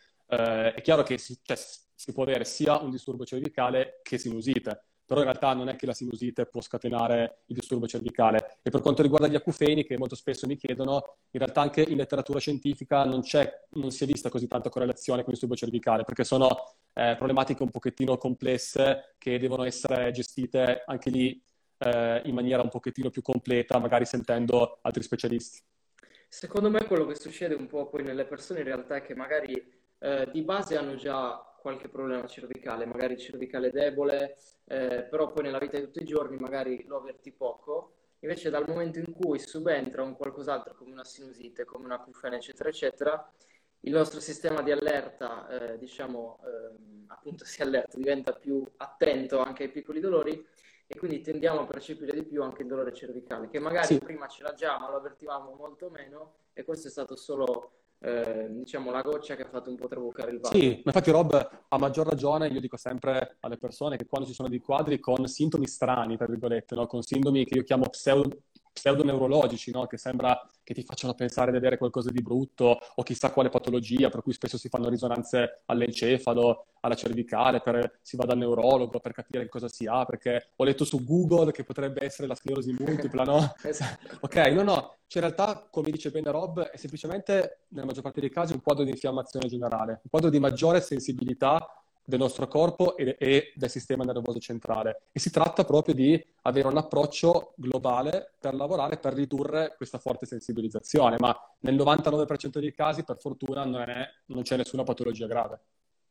È chiaro che si può avere sia un disturbo cervicale che sinusite, però in realtà non è che la sinusite può scatenare il disturbo cervicale. E per quanto riguarda gli acufeni, che molto spesso mi chiedono, in realtà anche in letteratura scientifica non si è vista così tanta correlazione con il disturbo cervicale, perché sono problematiche un pochettino complesse che devono essere gestite anche lì in maniera un pochettino più completa, magari sentendo altri specialisti. Secondo me quello che succede un po' poi nelle persone in realtà è che magari di base hanno già qualche problema cervicale, magari cervicale debole, però poi nella vita di tutti i giorni magari lo avverti poco. Invece dal momento in cui subentra un qualcos'altro come una sinusite, come una acufene, eccetera, eccetera, il nostro sistema di allerta, diciamo, appunto si allerta, diventa più attento anche ai piccoli dolori e quindi tendiamo a percepire di più anche il dolore cervicale, che magari Sì, prima c'era già, ma lo avvertivamo molto meno, e questo è stato solo, diciamo, la goccia che ha fatto un po' traboccare il sì, vaso. ma infatti Rob ha maggior ragione, io dico sempre alle persone che quando ci sono dei quadri con sintomi strani, tra virgolette, no? Con sintomi che io chiamo pseudoneurologici, no? Che sembra che ti facciano pensare di avere qualcosa di brutto o chissà quale patologia, per cui spesso si fanno risonanze all'encefalo, alla cervicale, si va dal neurologo per capire che cosa si ha, perché ho letto su Google che potrebbe essere la sclerosi multipla, no? Esatto. Ok, no, cioè in realtà, come dice bene Rob, è semplicemente, nella maggior parte dei casi, un quadro di infiammazione generale, un quadro di maggiore sensibilità del nostro corpo e del sistema nervoso centrale. E si tratta proprio di avere un approccio globale per lavorare, per ridurre questa forte sensibilizzazione, ma nel 99% dei casi, per fortuna, non c'è nessuna patologia grave.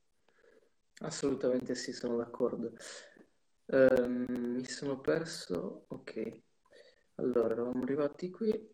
Assolutamente sì, sono d'accordo. Mi sono perso. Ok. Allora, eravamo arrivati qui.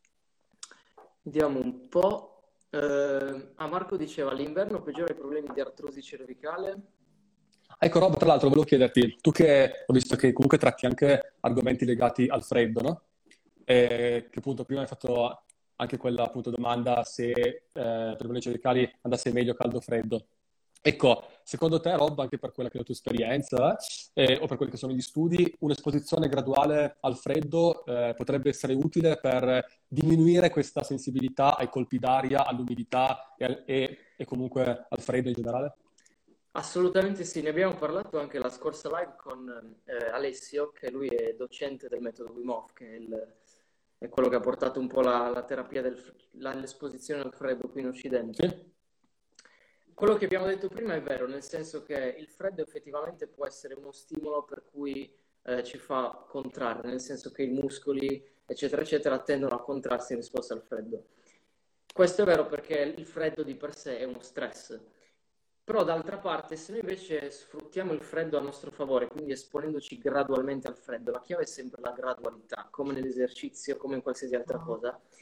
Vediamo un po'. Marco diceva, l'inverno peggiora i problemi di artrosi cervicale. Ecco, Rob, tra l'altro volevo chiederti, tu che ho visto che comunque tratti anche argomenti legati al freddo, no? E che appunto prima hai fatto anche quella appunto domanda se per i problemi cervicali andasse meglio caldo o freddo. Ecco, secondo te, Rob, anche per quella che è la tua esperienza, o per quelli che sono gli studi, un'esposizione graduale al freddo potrebbe essere utile per diminuire questa sensibilità ai colpi d'aria, all'umidità e comunque al freddo in generale? Assolutamente sì, ne abbiamo parlato anche la scorsa live con Alessio, che lui è docente del metodo Wim Hof, che è quello che ha portato un po' la terapia l'esposizione al freddo qui in Occidente. Sì? Quello che abbiamo detto prima è vero, nel senso che il freddo effettivamente può essere uno stimolo per cui ci fa contrarre, nel senso che i muscoli, eccetera, eccetera, tendono a contrarsi in risposta al freddo. Questo è vero perché il freddo di per sé è uno stress. Però d'altra parte, se noi invece sfruttiamo il freddo a nostro favore, quindi esponendoci gradualmente al freddo, la chiave è sempre la gradualità, come nell'esercizio, come in qualsiasi altra cosa,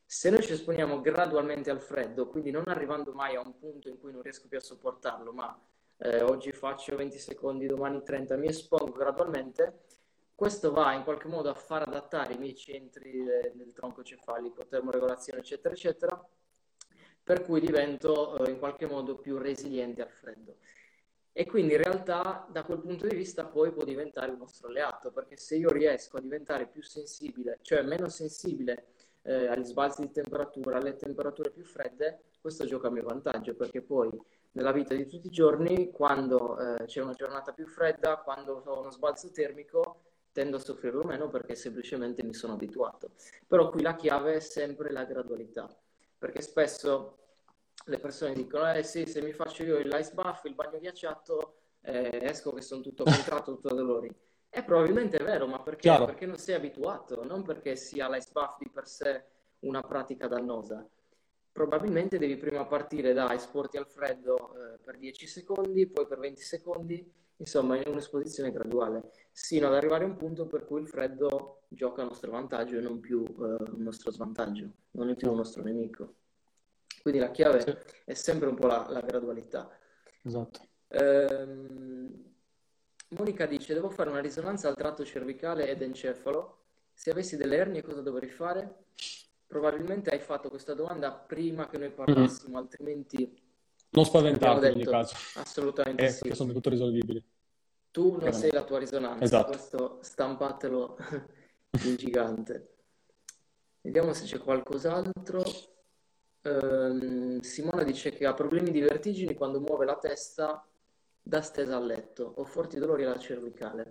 Se noi ci esponiamo gradualmente al freddo, quindi non arrivando mai a un punto in cui non riesco più a sopportarlo, ma oggi faccio 20 secondi, domani 30, mi espongo gradualmente, questo va in qualche modo a far adattare i miei centri del tronco cefalico, termoregolazione, eccetera, eccetera, per cui divento in qualche modo più resiliente al freddo. E quindi in realtà da quel punto di vista poi può diventare un nostro alleato, perché se io riesco a diventare più sensibile, cioè meno sensibile agli sbalzi di temperatura, alle temperature più fredde, questo gioca a mio vantaggio, perché poi nella vita di tutti i giorni, quando c'è una giornata più fredda, quando ho uno sbalzo termico, tendo a soffrirlo meno perché semplicemente mi sono abituato. Però qui la chiave è sempre la gradualità, perché spesso le persone dicono, sì, se mi faccio io l'ice bath, il bagno ghiacciato, esco che sono tutto contratto, tutto dolori. E probabilmente è vero, ma perché? Chiaro. Perché non sei abituato, non perché sia l'ice bath di per sé una pratica dannosa. Probabilmente devi prima partire da esporti al freddo per 10 secondi, poi per 20 secondi, insomma è un'esposizione graduale, sino ad arrivare a un punto per cui il freddo gioca a nostro vantaggio e non più un nostro svantaggio, non è più un nostro nemico. Quindi la Sì, chiave è sempre un po' la gradualità. esatto. Monica dice, devo fare una risonanza al tratto cervicale ed encefalo. Se avessi delle ernie cosa dovrei fare? Probabilmente hai fatto questa domanda prima che noi Mm. parlassimo, altrimenti Non abbiamo spaventarti in ogni detto caso, assolutamente sì. perché sono tutto risolvibili. Tu non sei Veramente. la tua risonanza, Esatto. questo stampatelo in gigante. Vediamo se c'è qualcos'altro. Simona dice che ha problemi di vertigini quando muove la testa da stesa a letto. Ho forti dolori alla cervicale.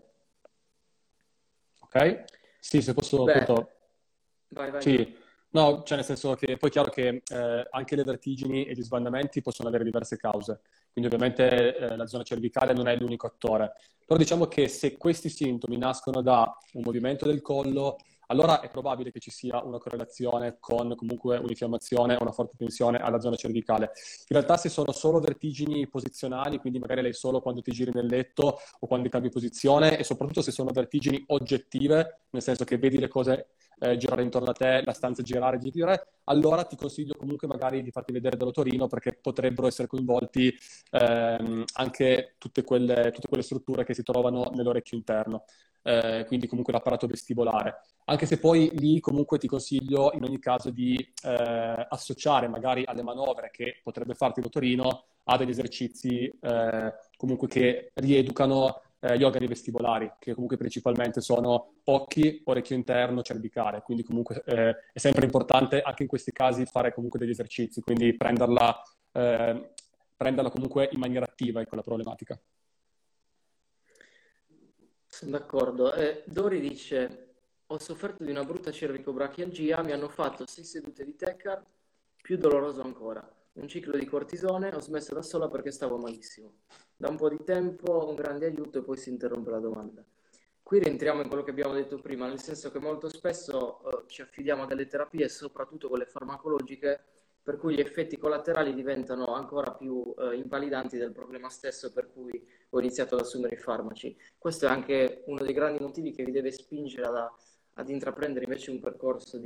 Ok? Sì, se posso Beh, appunto. vai, vai. Sì, no, cioè nel senso che poi è chiaro che anche le vertigini e gli sbandamenti possono avere diverse cause, quindi ovviamente la zona cervicale non è l'unico attore, però diciamo che se questi sintomi nascono da un movimento del collo, allora è probabile che ci sia una correlazione con comunque un'infiammazione o una forte tensione alla zona cervicale. In realtà se sono solo vertigini posizionali, quindi magari lei solo quando ti giri nel letto o quando cambi posizione, e soprattutto se sono vertigini oggettive, nel senso che vedi le cose girare intorno a te, la stanza girare, allora ti consiglio comunque magari di farti vedere dall'otorino perché potrebbero essere coinvolti anche tutte quelle strutture che si trovano nell'orecchio interno, quindi comunque l'apparato vestibolare. Anche se poi lì comunque ti consiglio in ogni caso di associare magari alle manovre che potrebbe farti l'otorino a degli esercizi comunque che rieducano gli organi vestibolari, che comunque principalmente sono occhi, orecchio interno, cervicale, quindi comunque è sempre importante anche in questi casi fare comunque degli esercizi, quindi prenderla comunque in maniera attiva, ecco la problematica. Sono d'accordo. Dori dice, ho sofferto di una brutta cervicobrachialgia, mi hanno fatto 6 sedute di Tecar, più doloroso ancora. Un ciclo di cortisone, ho smesso da sola perché stavo malissimo. Da un po' di tempo un grande aiuto e poi si interrompe la domanda. Qui rientriamo in quello che abbiamo detto prima, nel senso che molto spesso ci affidiamo a delle terapie, soprattutto quelle farmacologiche, per cui gli effetti collaterali diventano ancora più invalidanti del problema stesso per cui ho iniziato ad assumere i farmaci. Questo è anche uno dei grandi motivi che vi deve spingere ad intraprendere invece un percorso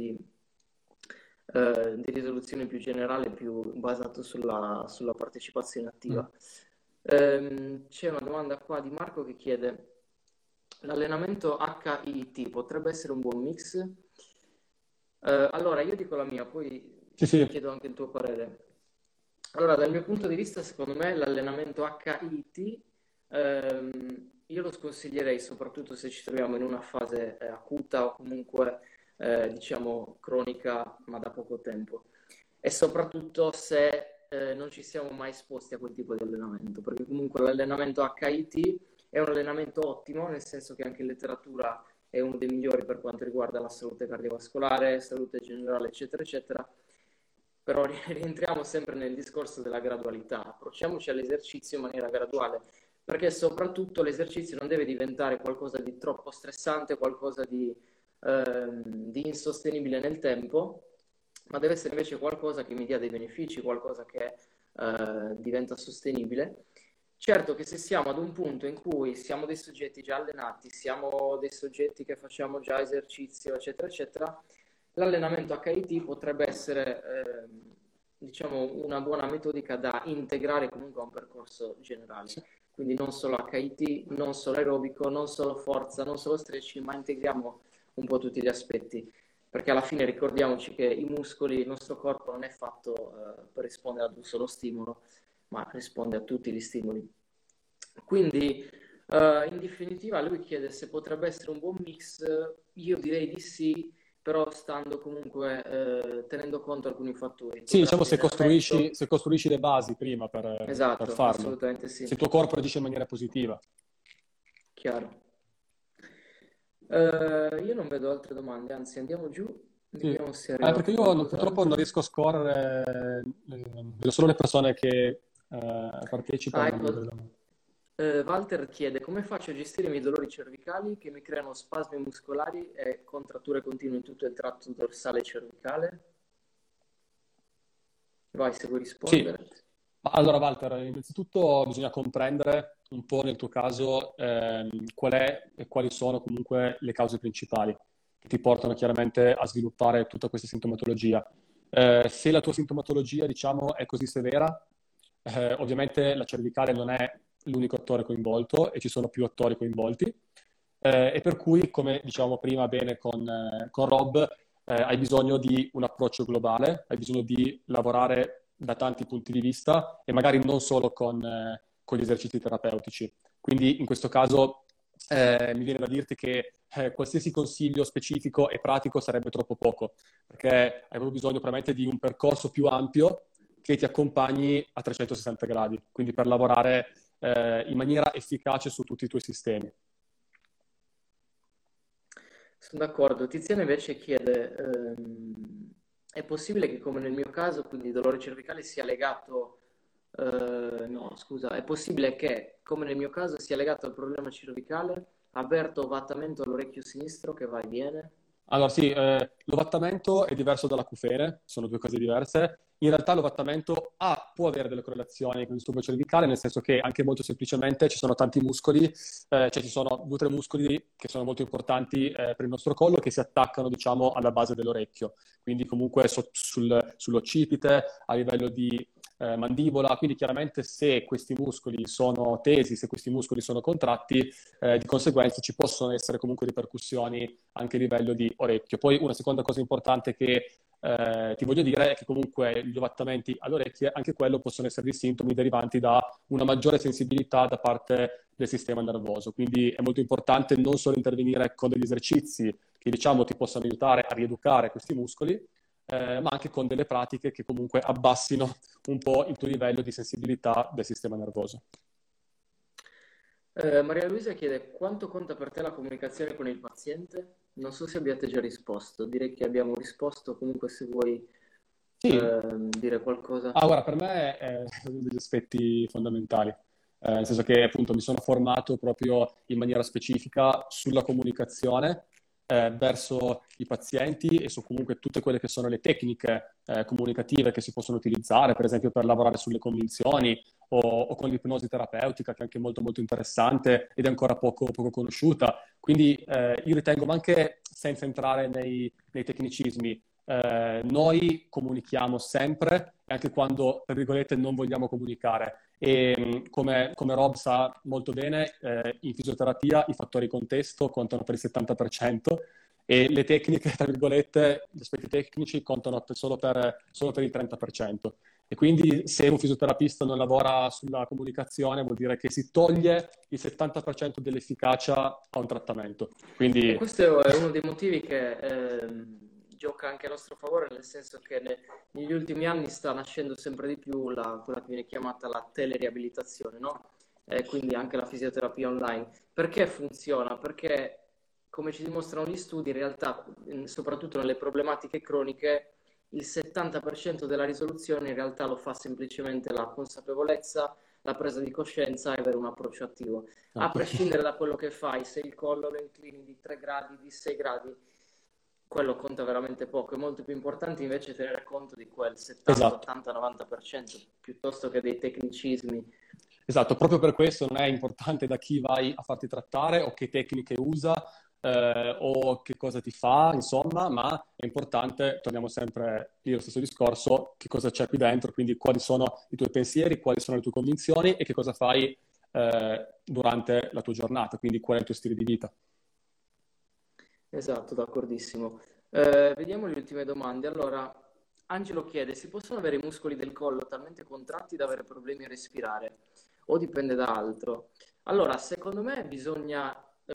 di risoluzione più generale, più basato sulla partecipazione Mm. attiva. C'è una domanda qua di Marco che chiede: l'allenamento HIIT potrebbe essere un buon mix? Allora, io dico la mia, poi Sì, ti sì, chiedo anche il tuo parere. Allora, dal mio punto di vista, secondo me l'allenamento HIIT io lo sconsiglierei soprattutto se ci troviamo in una fase acuta o comunque diciamo cronica, ma da poco tempo. E soprattutto se non ci siamo mai esposti a quel tipo di allenamento, perché comunque l'allenamento HIIT è un allenamento ottimo, nel senso che anche in letteratura è uno dei migliori per quanto riguarda la salute cardiovascolare, salute generale, eccetera, eccetera. Però rientriamo sempre nel discorso della gradualità, approcciamoci all'esercizio in maniera graduale, perché soprattutto l'esercizio non deve diventare qualcosa di troppo stressante, qualcosa di insostenibile nel tempo, ma deve essere invece qualcosa che mi dia dei benefici, qualcosa che diventa sostenibile. Certo che se siamo ad un punto in cui siamo dei soggetti già allenati, siamo dei soggetti che facciamo già esercizio, eccetera, eccetera, l'allenamento HIIT potrebbe essere, diciamo, una buona metodica da integrare comunque a un percorso generale. Sì. Quindi non solo HIIT, non solo aerobico, non solo forza, non solo stretching, ma integriamo un po' tutti gli aspetti. Perché alla fine ricordiamoci che i muscoli, il nostro corpo non è fatto per rispondere ad un solo stimolo, ma risponde a tutti gli stimoli. Quindi, in definitiva, lui chiede se potrebbe essere un buon mix. Io direi di sì, però stando comunque tenendo conto di alcuni fattori. Sì, diciamo Programmi di allenamento. se costruisci le basi prima per Esatto, farlo, assolutamente se sì, il tuo corpo reagisce in maniera positiva. chiaro. Io non vedo altre domande, anzi andiamo giù, Sì. vediamo se arriva Perché io purtroppo non qualcos'altro. riesco a scorrere, vedo solo le persone che Ah, partecipano. Non ecco, vedo. Walter chiede come faccio a gestire i miei dolori cervicali che mi creano spasmi muscolari e contratture continue in tutto il tratto dorsale cervicale? Vai, se vuoi Sì, rispondere. ma allora Walter, innanzitutto bisogna comprendere un po' nel tuo caso qual è e quali sono comunque le cause principali che ti portano chiaramente a sviluppare tutta questa sintomatologia. Se la tua sintomatologia, diciamo, è così severa, ovviamente la cervicale non è l'unico attore coinvolto e ci sono più attori coinvolti, e per cui, come dicevamo prima bene con Rob, hai bisogno di un approccio globale, hai bisogno di lavorare da tanti punti di vista e magari non solo con gli esercizi terapeutici. Quindi in questo caso mi viene da dirti che qualsiasi consiglio specifico e pratico sarebbe troppo poco, perché hai proprio bisogno probabilmente di un percorso più ampio che ti accompagni a 360 gradi, quindi per lavorare in maniera efficace su tutti i tuoi sistemi. Sono d'accordo. Tiziana invece chiede, è possibile che come nel mio caso, quindi il dolore cervicale sia legato, no, scusa, è possibile che come nel mio caso sia legato al problema cervicale, avverto ovattamento all'orecchio sinistro che va e viene? Allora sì, l'ovattamento è diverso dall'acufene, sono due cose diverse. In realtà l'ovattamento può avere delle correlazioni con il disturbo cervicale, nel senso che anche molto semplicemente ci sono tanti muscoli, cioè ci sono 2 o 3 muscoli che sono molto importanti per il nostro collo che si attaccano, diciamo, alla base dell'orecchio, quindi comunque sull'occipite, a livello di mandibola, quindi chiaramente se questi muscoli sono tesi, se questi muscoli sono contratti, di conseguenza ci possono essere comunque ripercussioni anche a livello di orecchio. Poi una seconda cosa importante che ti voglio dire è che comunque gli ovattamenti alle orecchie, anche quello possono essere dei sintomi derivanti da una maggiore sensibilità da parte del sistema nervoso. Quindi è molto importante non solo intervenire con degli esercizi che diciamo ti possano aiutare a rieducare questi muscoli, ma anche con delle pratiche che comunque abbassino un po' il tuo livello di sensibilità del sistema nervoso. Maria Luisa chiede quanto conta per te la comunicazione con il paziente? Non so se abbiate già risposto, direi che abbiamo risposto, comunque se vuoi Sì, dire qualcosa. guarda, per me è uno degli aspetti fondamentali, nel senso che appunto mi sono formato proprio in maniera specifica sulla comunicazione verso i pazienti e su comunque tutte quelle che sono le tecniche comunicative che si possono utilizzare, per esempio per lavorare sulle convinzioni o con l'ipnosi terapeutica, che è anche molto molto interessante ed è ancora poco conosciuta. Quindi io ritengo, ma anche senza entrare nei tecnicismi, noi comunichiamo sempre, anche quando, tra virgolette, non vogliamo comunicare. E come Rob sa molto bene, in fisioterapia i fattori contesto contano per il 70% e le tecniche, tra virgolette, gli aspetti tecnici contano solo per il 30%. E quindi se un fisioterapista non lavora sulla comunicazione vuol dire che si toglie il 70% dell'efficacia a un trattamento. E Quindi, questo è uno dei motivi che gioca anche a nostro favore, nel senso che negli ultimi anni sta nascendo sempre di più quella che viene chiamata la teleriabilitazione, no? Quindi anche la fisioterapia online. Perché funziona? Perché, come ci dimostrano gli studi, in realtà, soprattutto nelle problematiche croniche, il 70% della risoluzione in realtà lo fa semplicemente la consapevolezza, la presa di coscienza e avere un approccio attivo. A esatto. prescindere da quello che fai, se il collo lo inclini di 3 gradi, di 6 gradi, quello conta veramente poco. È molto più importante invece tenere conto di quel 70, Esatto. 80, 90% piuttosto che dei tecnicismi. Esatto, proprio per questo non è importante da chi vai a farti trattare o che tecniche usa, o che cosa ti fa, insomma, ma è importante, torniamo sempre lì allo stesso discorso, che cosa c'è qui dentro, quindi quali sono i tuoi pensieri, quali sono le tue convinzioni e che cosa fai durante la tua giornata, quindi qual è il tuo stile di vita. Esatto, d'accordissimo. Vediamo le ultime domande. Allora, Angelo chiede, si possono avere i muscoli del collo talmente contratti da avere problemi a respirare o dipende da altro? Allora, secondo me bisogna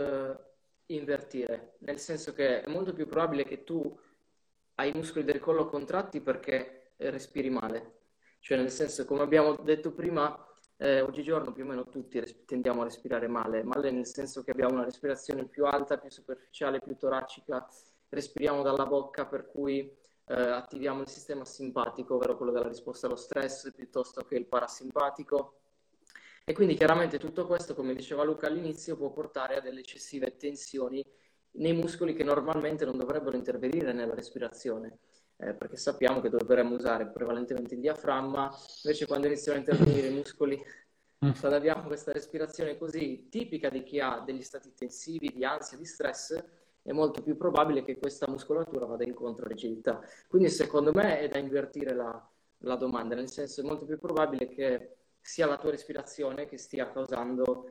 invertire, nel senso che è molto più probabile che tu hai i muscoli del collo contratti perché respiri male. Cioè, nel senso, come abbiamo detto prima, oggigiorno più o meno tutti tendiamo a respirare male. Male nel senso che abbiamo una respirazione più alta, più superficiale, più toracica, respiriamo dalla bocca, per cui attiviamo il sistema simpatico, ovvero quello della risposta allo stress, piuttosto che il parasimpatico. E quindi chiaramente tutto questo, come diceva Luca all'inizio, può portare a delle eccessive tensioni nei muscoli che normalmente non dovrebbero intervenire nella respirazione, perché sappiamo che dovremmo usare prevalentemente il diaframma, invece quando iniziano a intervenire i muscoli, quando abbiamo questa respirazione così tipica di chi ha degli stati tensivi, di ansia, di stress, è molto più probabile che questa muscolatura vada incontro a rigidità. Quindi secondo me è da invertire la domanda, nel senso è molto più probabile che sia la tua respirazione che stia causando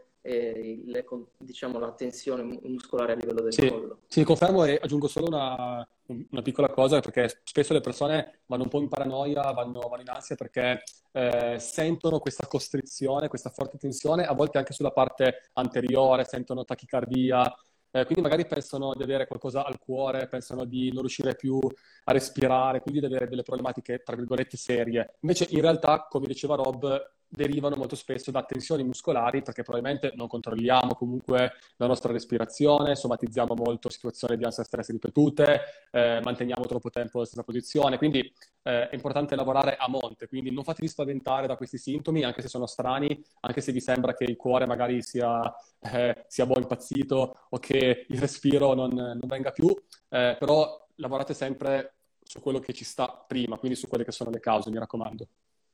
diciamo, la tensione muscolare a livello del collo. Sì, confermo e aggiungo solo una piccola cosa, perché spesso le persone vanno un po' in paranoia, vanno in ansia perché sentono questa costrizione, questa forte tensione, a volte anche sulla parte anteriore, sentono tachicardia, quindi magari pensano di avere qualcosa al cuore, pensano di non riuscire più a respirare, quindi di avere delle problematiche, tra virgolette, serie. Invece in realtà, come diceva Rob, derivano molto spesso da tensioni muscolari perché probabilmente non controlliamo comunque la nostra respirazione, somatizziamo molto situazioni di ansia e stress ripetute, manteniamo troppo tempo nella stessa posizione, quindi è importante lavorare a monte, quindi non fatevi spaventare da questi sintomi, anche se sono strani, anche se vi sembra che il cuore magari sia boh, impazzito o che il respiro non venga più, però lavorate sempre su quello che ci sta prima, quindi su quelle che sono le cause, mi raccomando.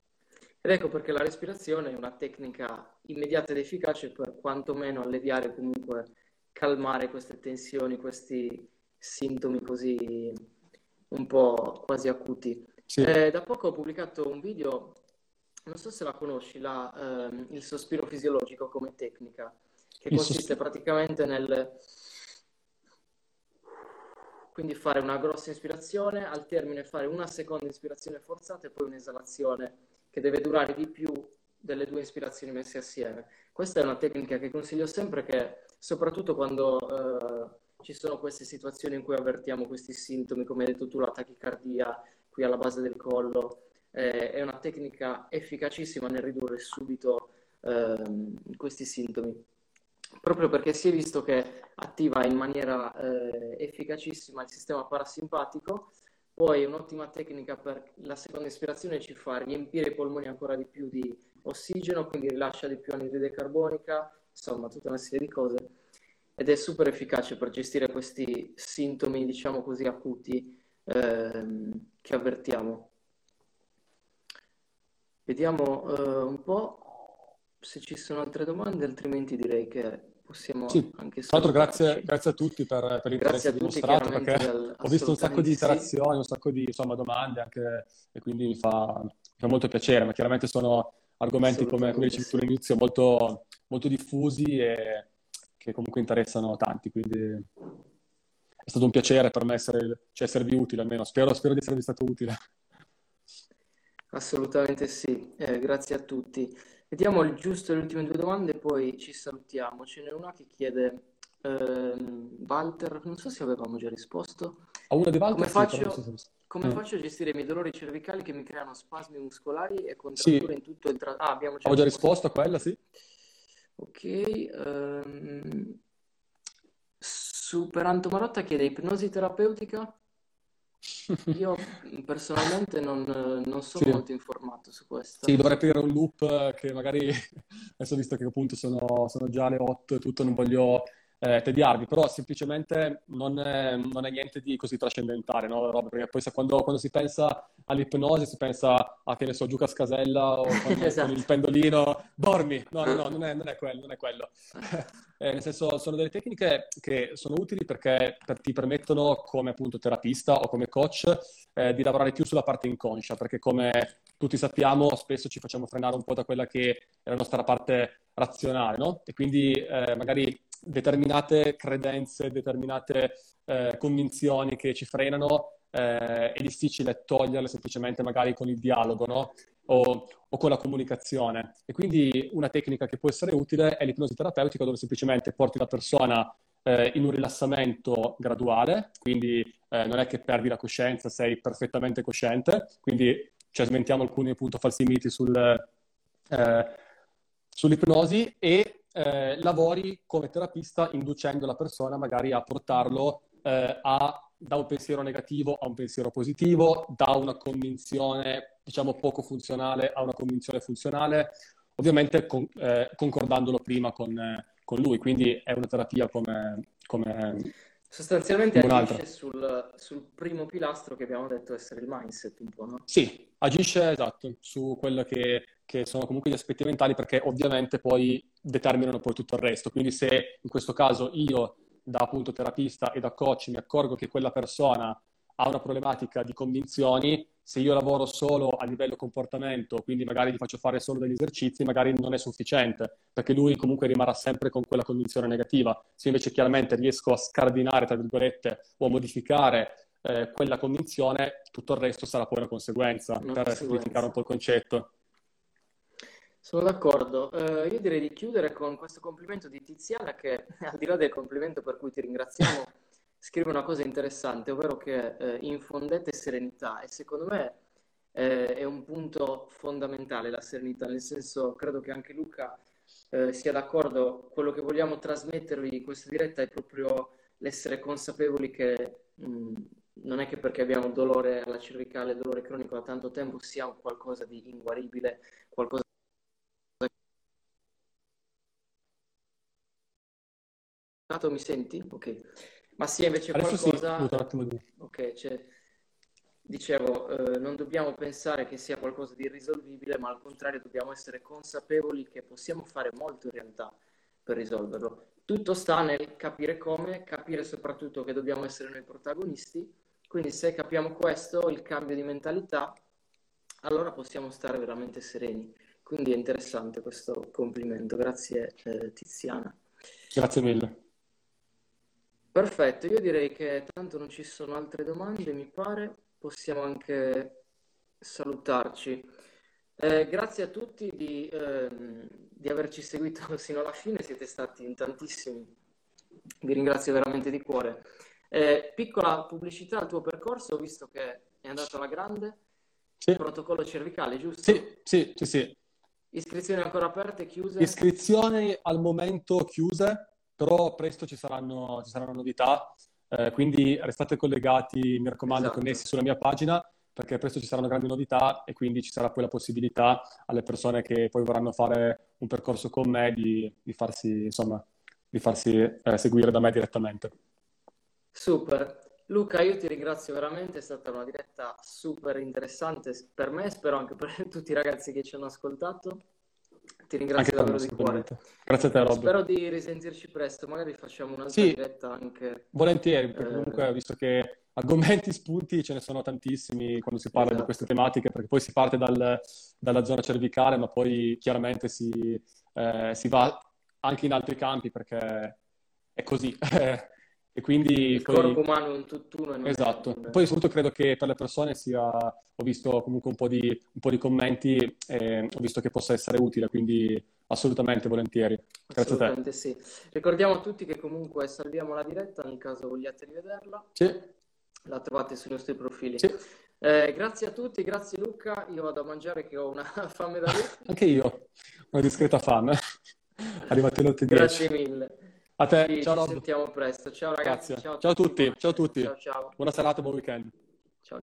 Ed ecco perché la respirazione è una tecnica immediata ed efficace per quantomeno alleviare o comunque calmare queste tensioni, questi sintomi così un po' quasi acuti. Sì. Da poco ho pubblicato un video, non so se la conosci, il sospiro fisiologico come tecnica, che consiste praticamente quindi fare una grossa ispirazione, al termine fare una seconda ispirazione forzata e poi un'esalazione che deve durare di più delle due ispirazioni messe assieme. Questa è una tecnica che consiglio sempre, che soprattutto quando ci sono queste situazioni in cui avvertiamo questi sintomi, come hai detto tu, la tachicardia qui alla base del collo, è una tecnica efficacissima nel ridurre subito questi sintomi, proprio perché si è visto che attiva in maniera efficacissima il sistema parasimpatico. Poi un'ottima tecnica per la seconda ispirazione ci fa riempire i polmoni ancora di più di ossigeno, quindi rilascia di più anidride carbonica, insomma tutta una serie di cose, ed è super efficace per gestire questi sintomi, diciamo così, acuti che avvertiamo. Vediamo un po' se ci sono altre domande, altrimenti direi che possiamo anche tra l'altro salutarci. Grazie a tutti per l'interesse dimostrato, perché ho visto un sacco di interazioni, un sacco di domande anche, e quindi mi fa molto piacere, ma chiaramente sono argomenti, come dicevi tu all'inizio, molto, molto diffusi e che comunque interessano tanti, quindi è stato un piacere per me esservi utile almeno, spero di esservi stato utile. Assolutamente sì, grazie a tutti. Vediamo giusto le ultime due domande e poi ci salutiamo. Ce n'è una che chiede, Walter, non so se avevamo già risposto. A una di Walter, come faccio a gestire i miei dolori cervicali che mi creano spasmi muscolari e contratture in tutto il abbiamo già risposto a quella, sì. Ok. Super Antomarotta chiede ipnosi terapeutica. Io personalmente non sono molto informato su questo. Sì, dovrei aprire un loop che magari, adesso visto che appunto sono già le 8 e tutto, non voglio tediarvi, però semplicemente non è niente di così trascendentale, no? Roba, perché poi quando si pensa all'ipnosi si pensa a, che ne so, Giuca Scasella o con il Esatto. pendolino, dormi. No, no, no, non è quello, non è quello. Nel senso, sono delle tecniche che sono utili perché ti permettono, come appunto terapista o come coach, di lavorare più sulla parte inconscia, perché come tutti sappiamo, spesso ci facciamo frenare un po' da quella che è la nostra parte razionale, no? E quindi magari determinate credenze, determinate convinzioni che ci frenano, è difficile toglierle semplicemente magari con il dialogo, no? O con la comunicazione. E quindi una tecnica che può essere utile è l'ipnosi terapeutica, dove semplicemente porti la persona in un rilassamento graduale, quindi non è che perdi la coscienza, sei perfettamente cosciente, quindi cioè, smentiamo alcuni appunto falsi miti sull'ipnosi e lavori come terapista inducendo la persona magari a portarlo da un pensiero negativo a un pensiero positivo, da una convinzione, diciamo, poco funzionale a una convinzione funzionale, ovviamente concordandolo prima con lui, quindi è una terapia come Sostanzialmente un'altra. agisce sul primo pilastro che abbiamo detto essere il mindset un po', no? Sì, agisce esatto su quello che sono comunque gli aspetti mentali perché ovviamente poi determinano poi tutto il resto. Quindi se in questo caso io da appunto terapista e da coach mi accorgo che quella persona ha una problematica di convinzioni, se io lavoro solo a livello comportamento, quindi magari gli faccio fare solo degli esercizi, magari non è sufficiente, perché lui comunque rimarrà sempre con quella convinzione negativa. Se invece chiaramente riesco a scardinare, tra virgolette, o a modificare quella convinzione, tutto il resto sarà poi una conseguenza, Una per semplificare un conseguenza. po' il concetto. Sono d'accordo. Io direi di chiudere con questo complimento di Tiziana che, al di là del complimento per cui ti ringraziamo, scrive una cosa interessante, ovvero che infondete serenità e secondo me è un punto fondamentale la serenità, nel senso credo che anche Luca sia d'accordo, quello che vogliamo trasmettervi in questa diretta è proprio l'essere consapevoli che non è che perché abbiamo dolore alla cervicale, dolore cronico da tanto tempo sia un qualcosa di inguaribile, qualcosa. Mi senti? Ok. Ma sia invece Adesso sì, ho qualcosa. avuto un attimo di... Ok, dicevo, non dobbiamo pensare che sia qualcosa di irrisolvibile, ma al contrario dobbiamo essere consapevoli che possiamo fare molto in realtà per risolverlo. Tutto sta nel capire come, capire soprattutto che dobbiamo essere noi protagonisti. Quindi se capiamo questo, il cambio di mentalità, allora possiamo stare veramente sereni. Quindi è interessante questo complimento. Grazie, Tiziana. Grazie mille. Perfetto, io direi che tanto non ci sono altre domande, mi pare, possiamo anche salutarci. Grazie a tutti di averci seguito sino alla fine, siete stati in tantissimi, vi ringrazio veramente di cuore. Piccola pubblicità al tuo percorso, ho visto che è andato alla grande, Sì, protocollo cervicale, giusto? sì, sì, sì, sì. Iscrizioni ancora aperte, chiuse? Iscrizioni al momento chiuse, però presto ci saranno novità, quindi restate collegati, mi raccomando, Esatto. connessi sulla mia pagina, perché presto ci saranno grandi novità e quindi ci sarà poi la possibilità alle persone che poi vorranno fare un percorso con me di farsi, insomma, di farsi seguire da me direttamente. Super. Luca, io ti ringrazio veramente, è stata una diretta super interessante per me, spero anche per tutti i ragazzi che ci hanno ascoltato. Ti Anche ringrazio per me, davvero di cuore. assolutamente. Grazie a te, Rob. Spero di risentirci presto, magari facciamo un'altra Sì, diretta anche. volentieri, perché comunque eh, ho visto che argomenti spunti ce ne sono tantissimi quando si parla di queste esatto, tematiche, perché poi si parte dalla zona cervicale, ma poi chiaramente si va anche in altri campi perché è così. E quindi il corpo poi, umano è un tutt'uno e non è esatto. Poi soprattutto credo che per le persone ho visto comunque un po' di commenti e ho visto che possa essere utile, quindi assolutamente volentieri. Grazie a te. assolutamente sì. Ricordiamo a tutti che comunque salviamo la diretta nel caso vogliate rivederla. Sì, La trovate sui nostri profili. sì. Grazie a tutti, grazie Luca. Io vado a mangiare che ho una fame da lupi. Anche io, una discreta fame. Arrivate alle 8:10. Grazie mille. A te, ciao Ci Rob. sentiamo presto. Ciao ragazzi, Grazie. ciao a Ciao a tutti, tutti, buona ciao a festa. tutti. Ciao ciao. Buona serata, buon weekend. Ciao.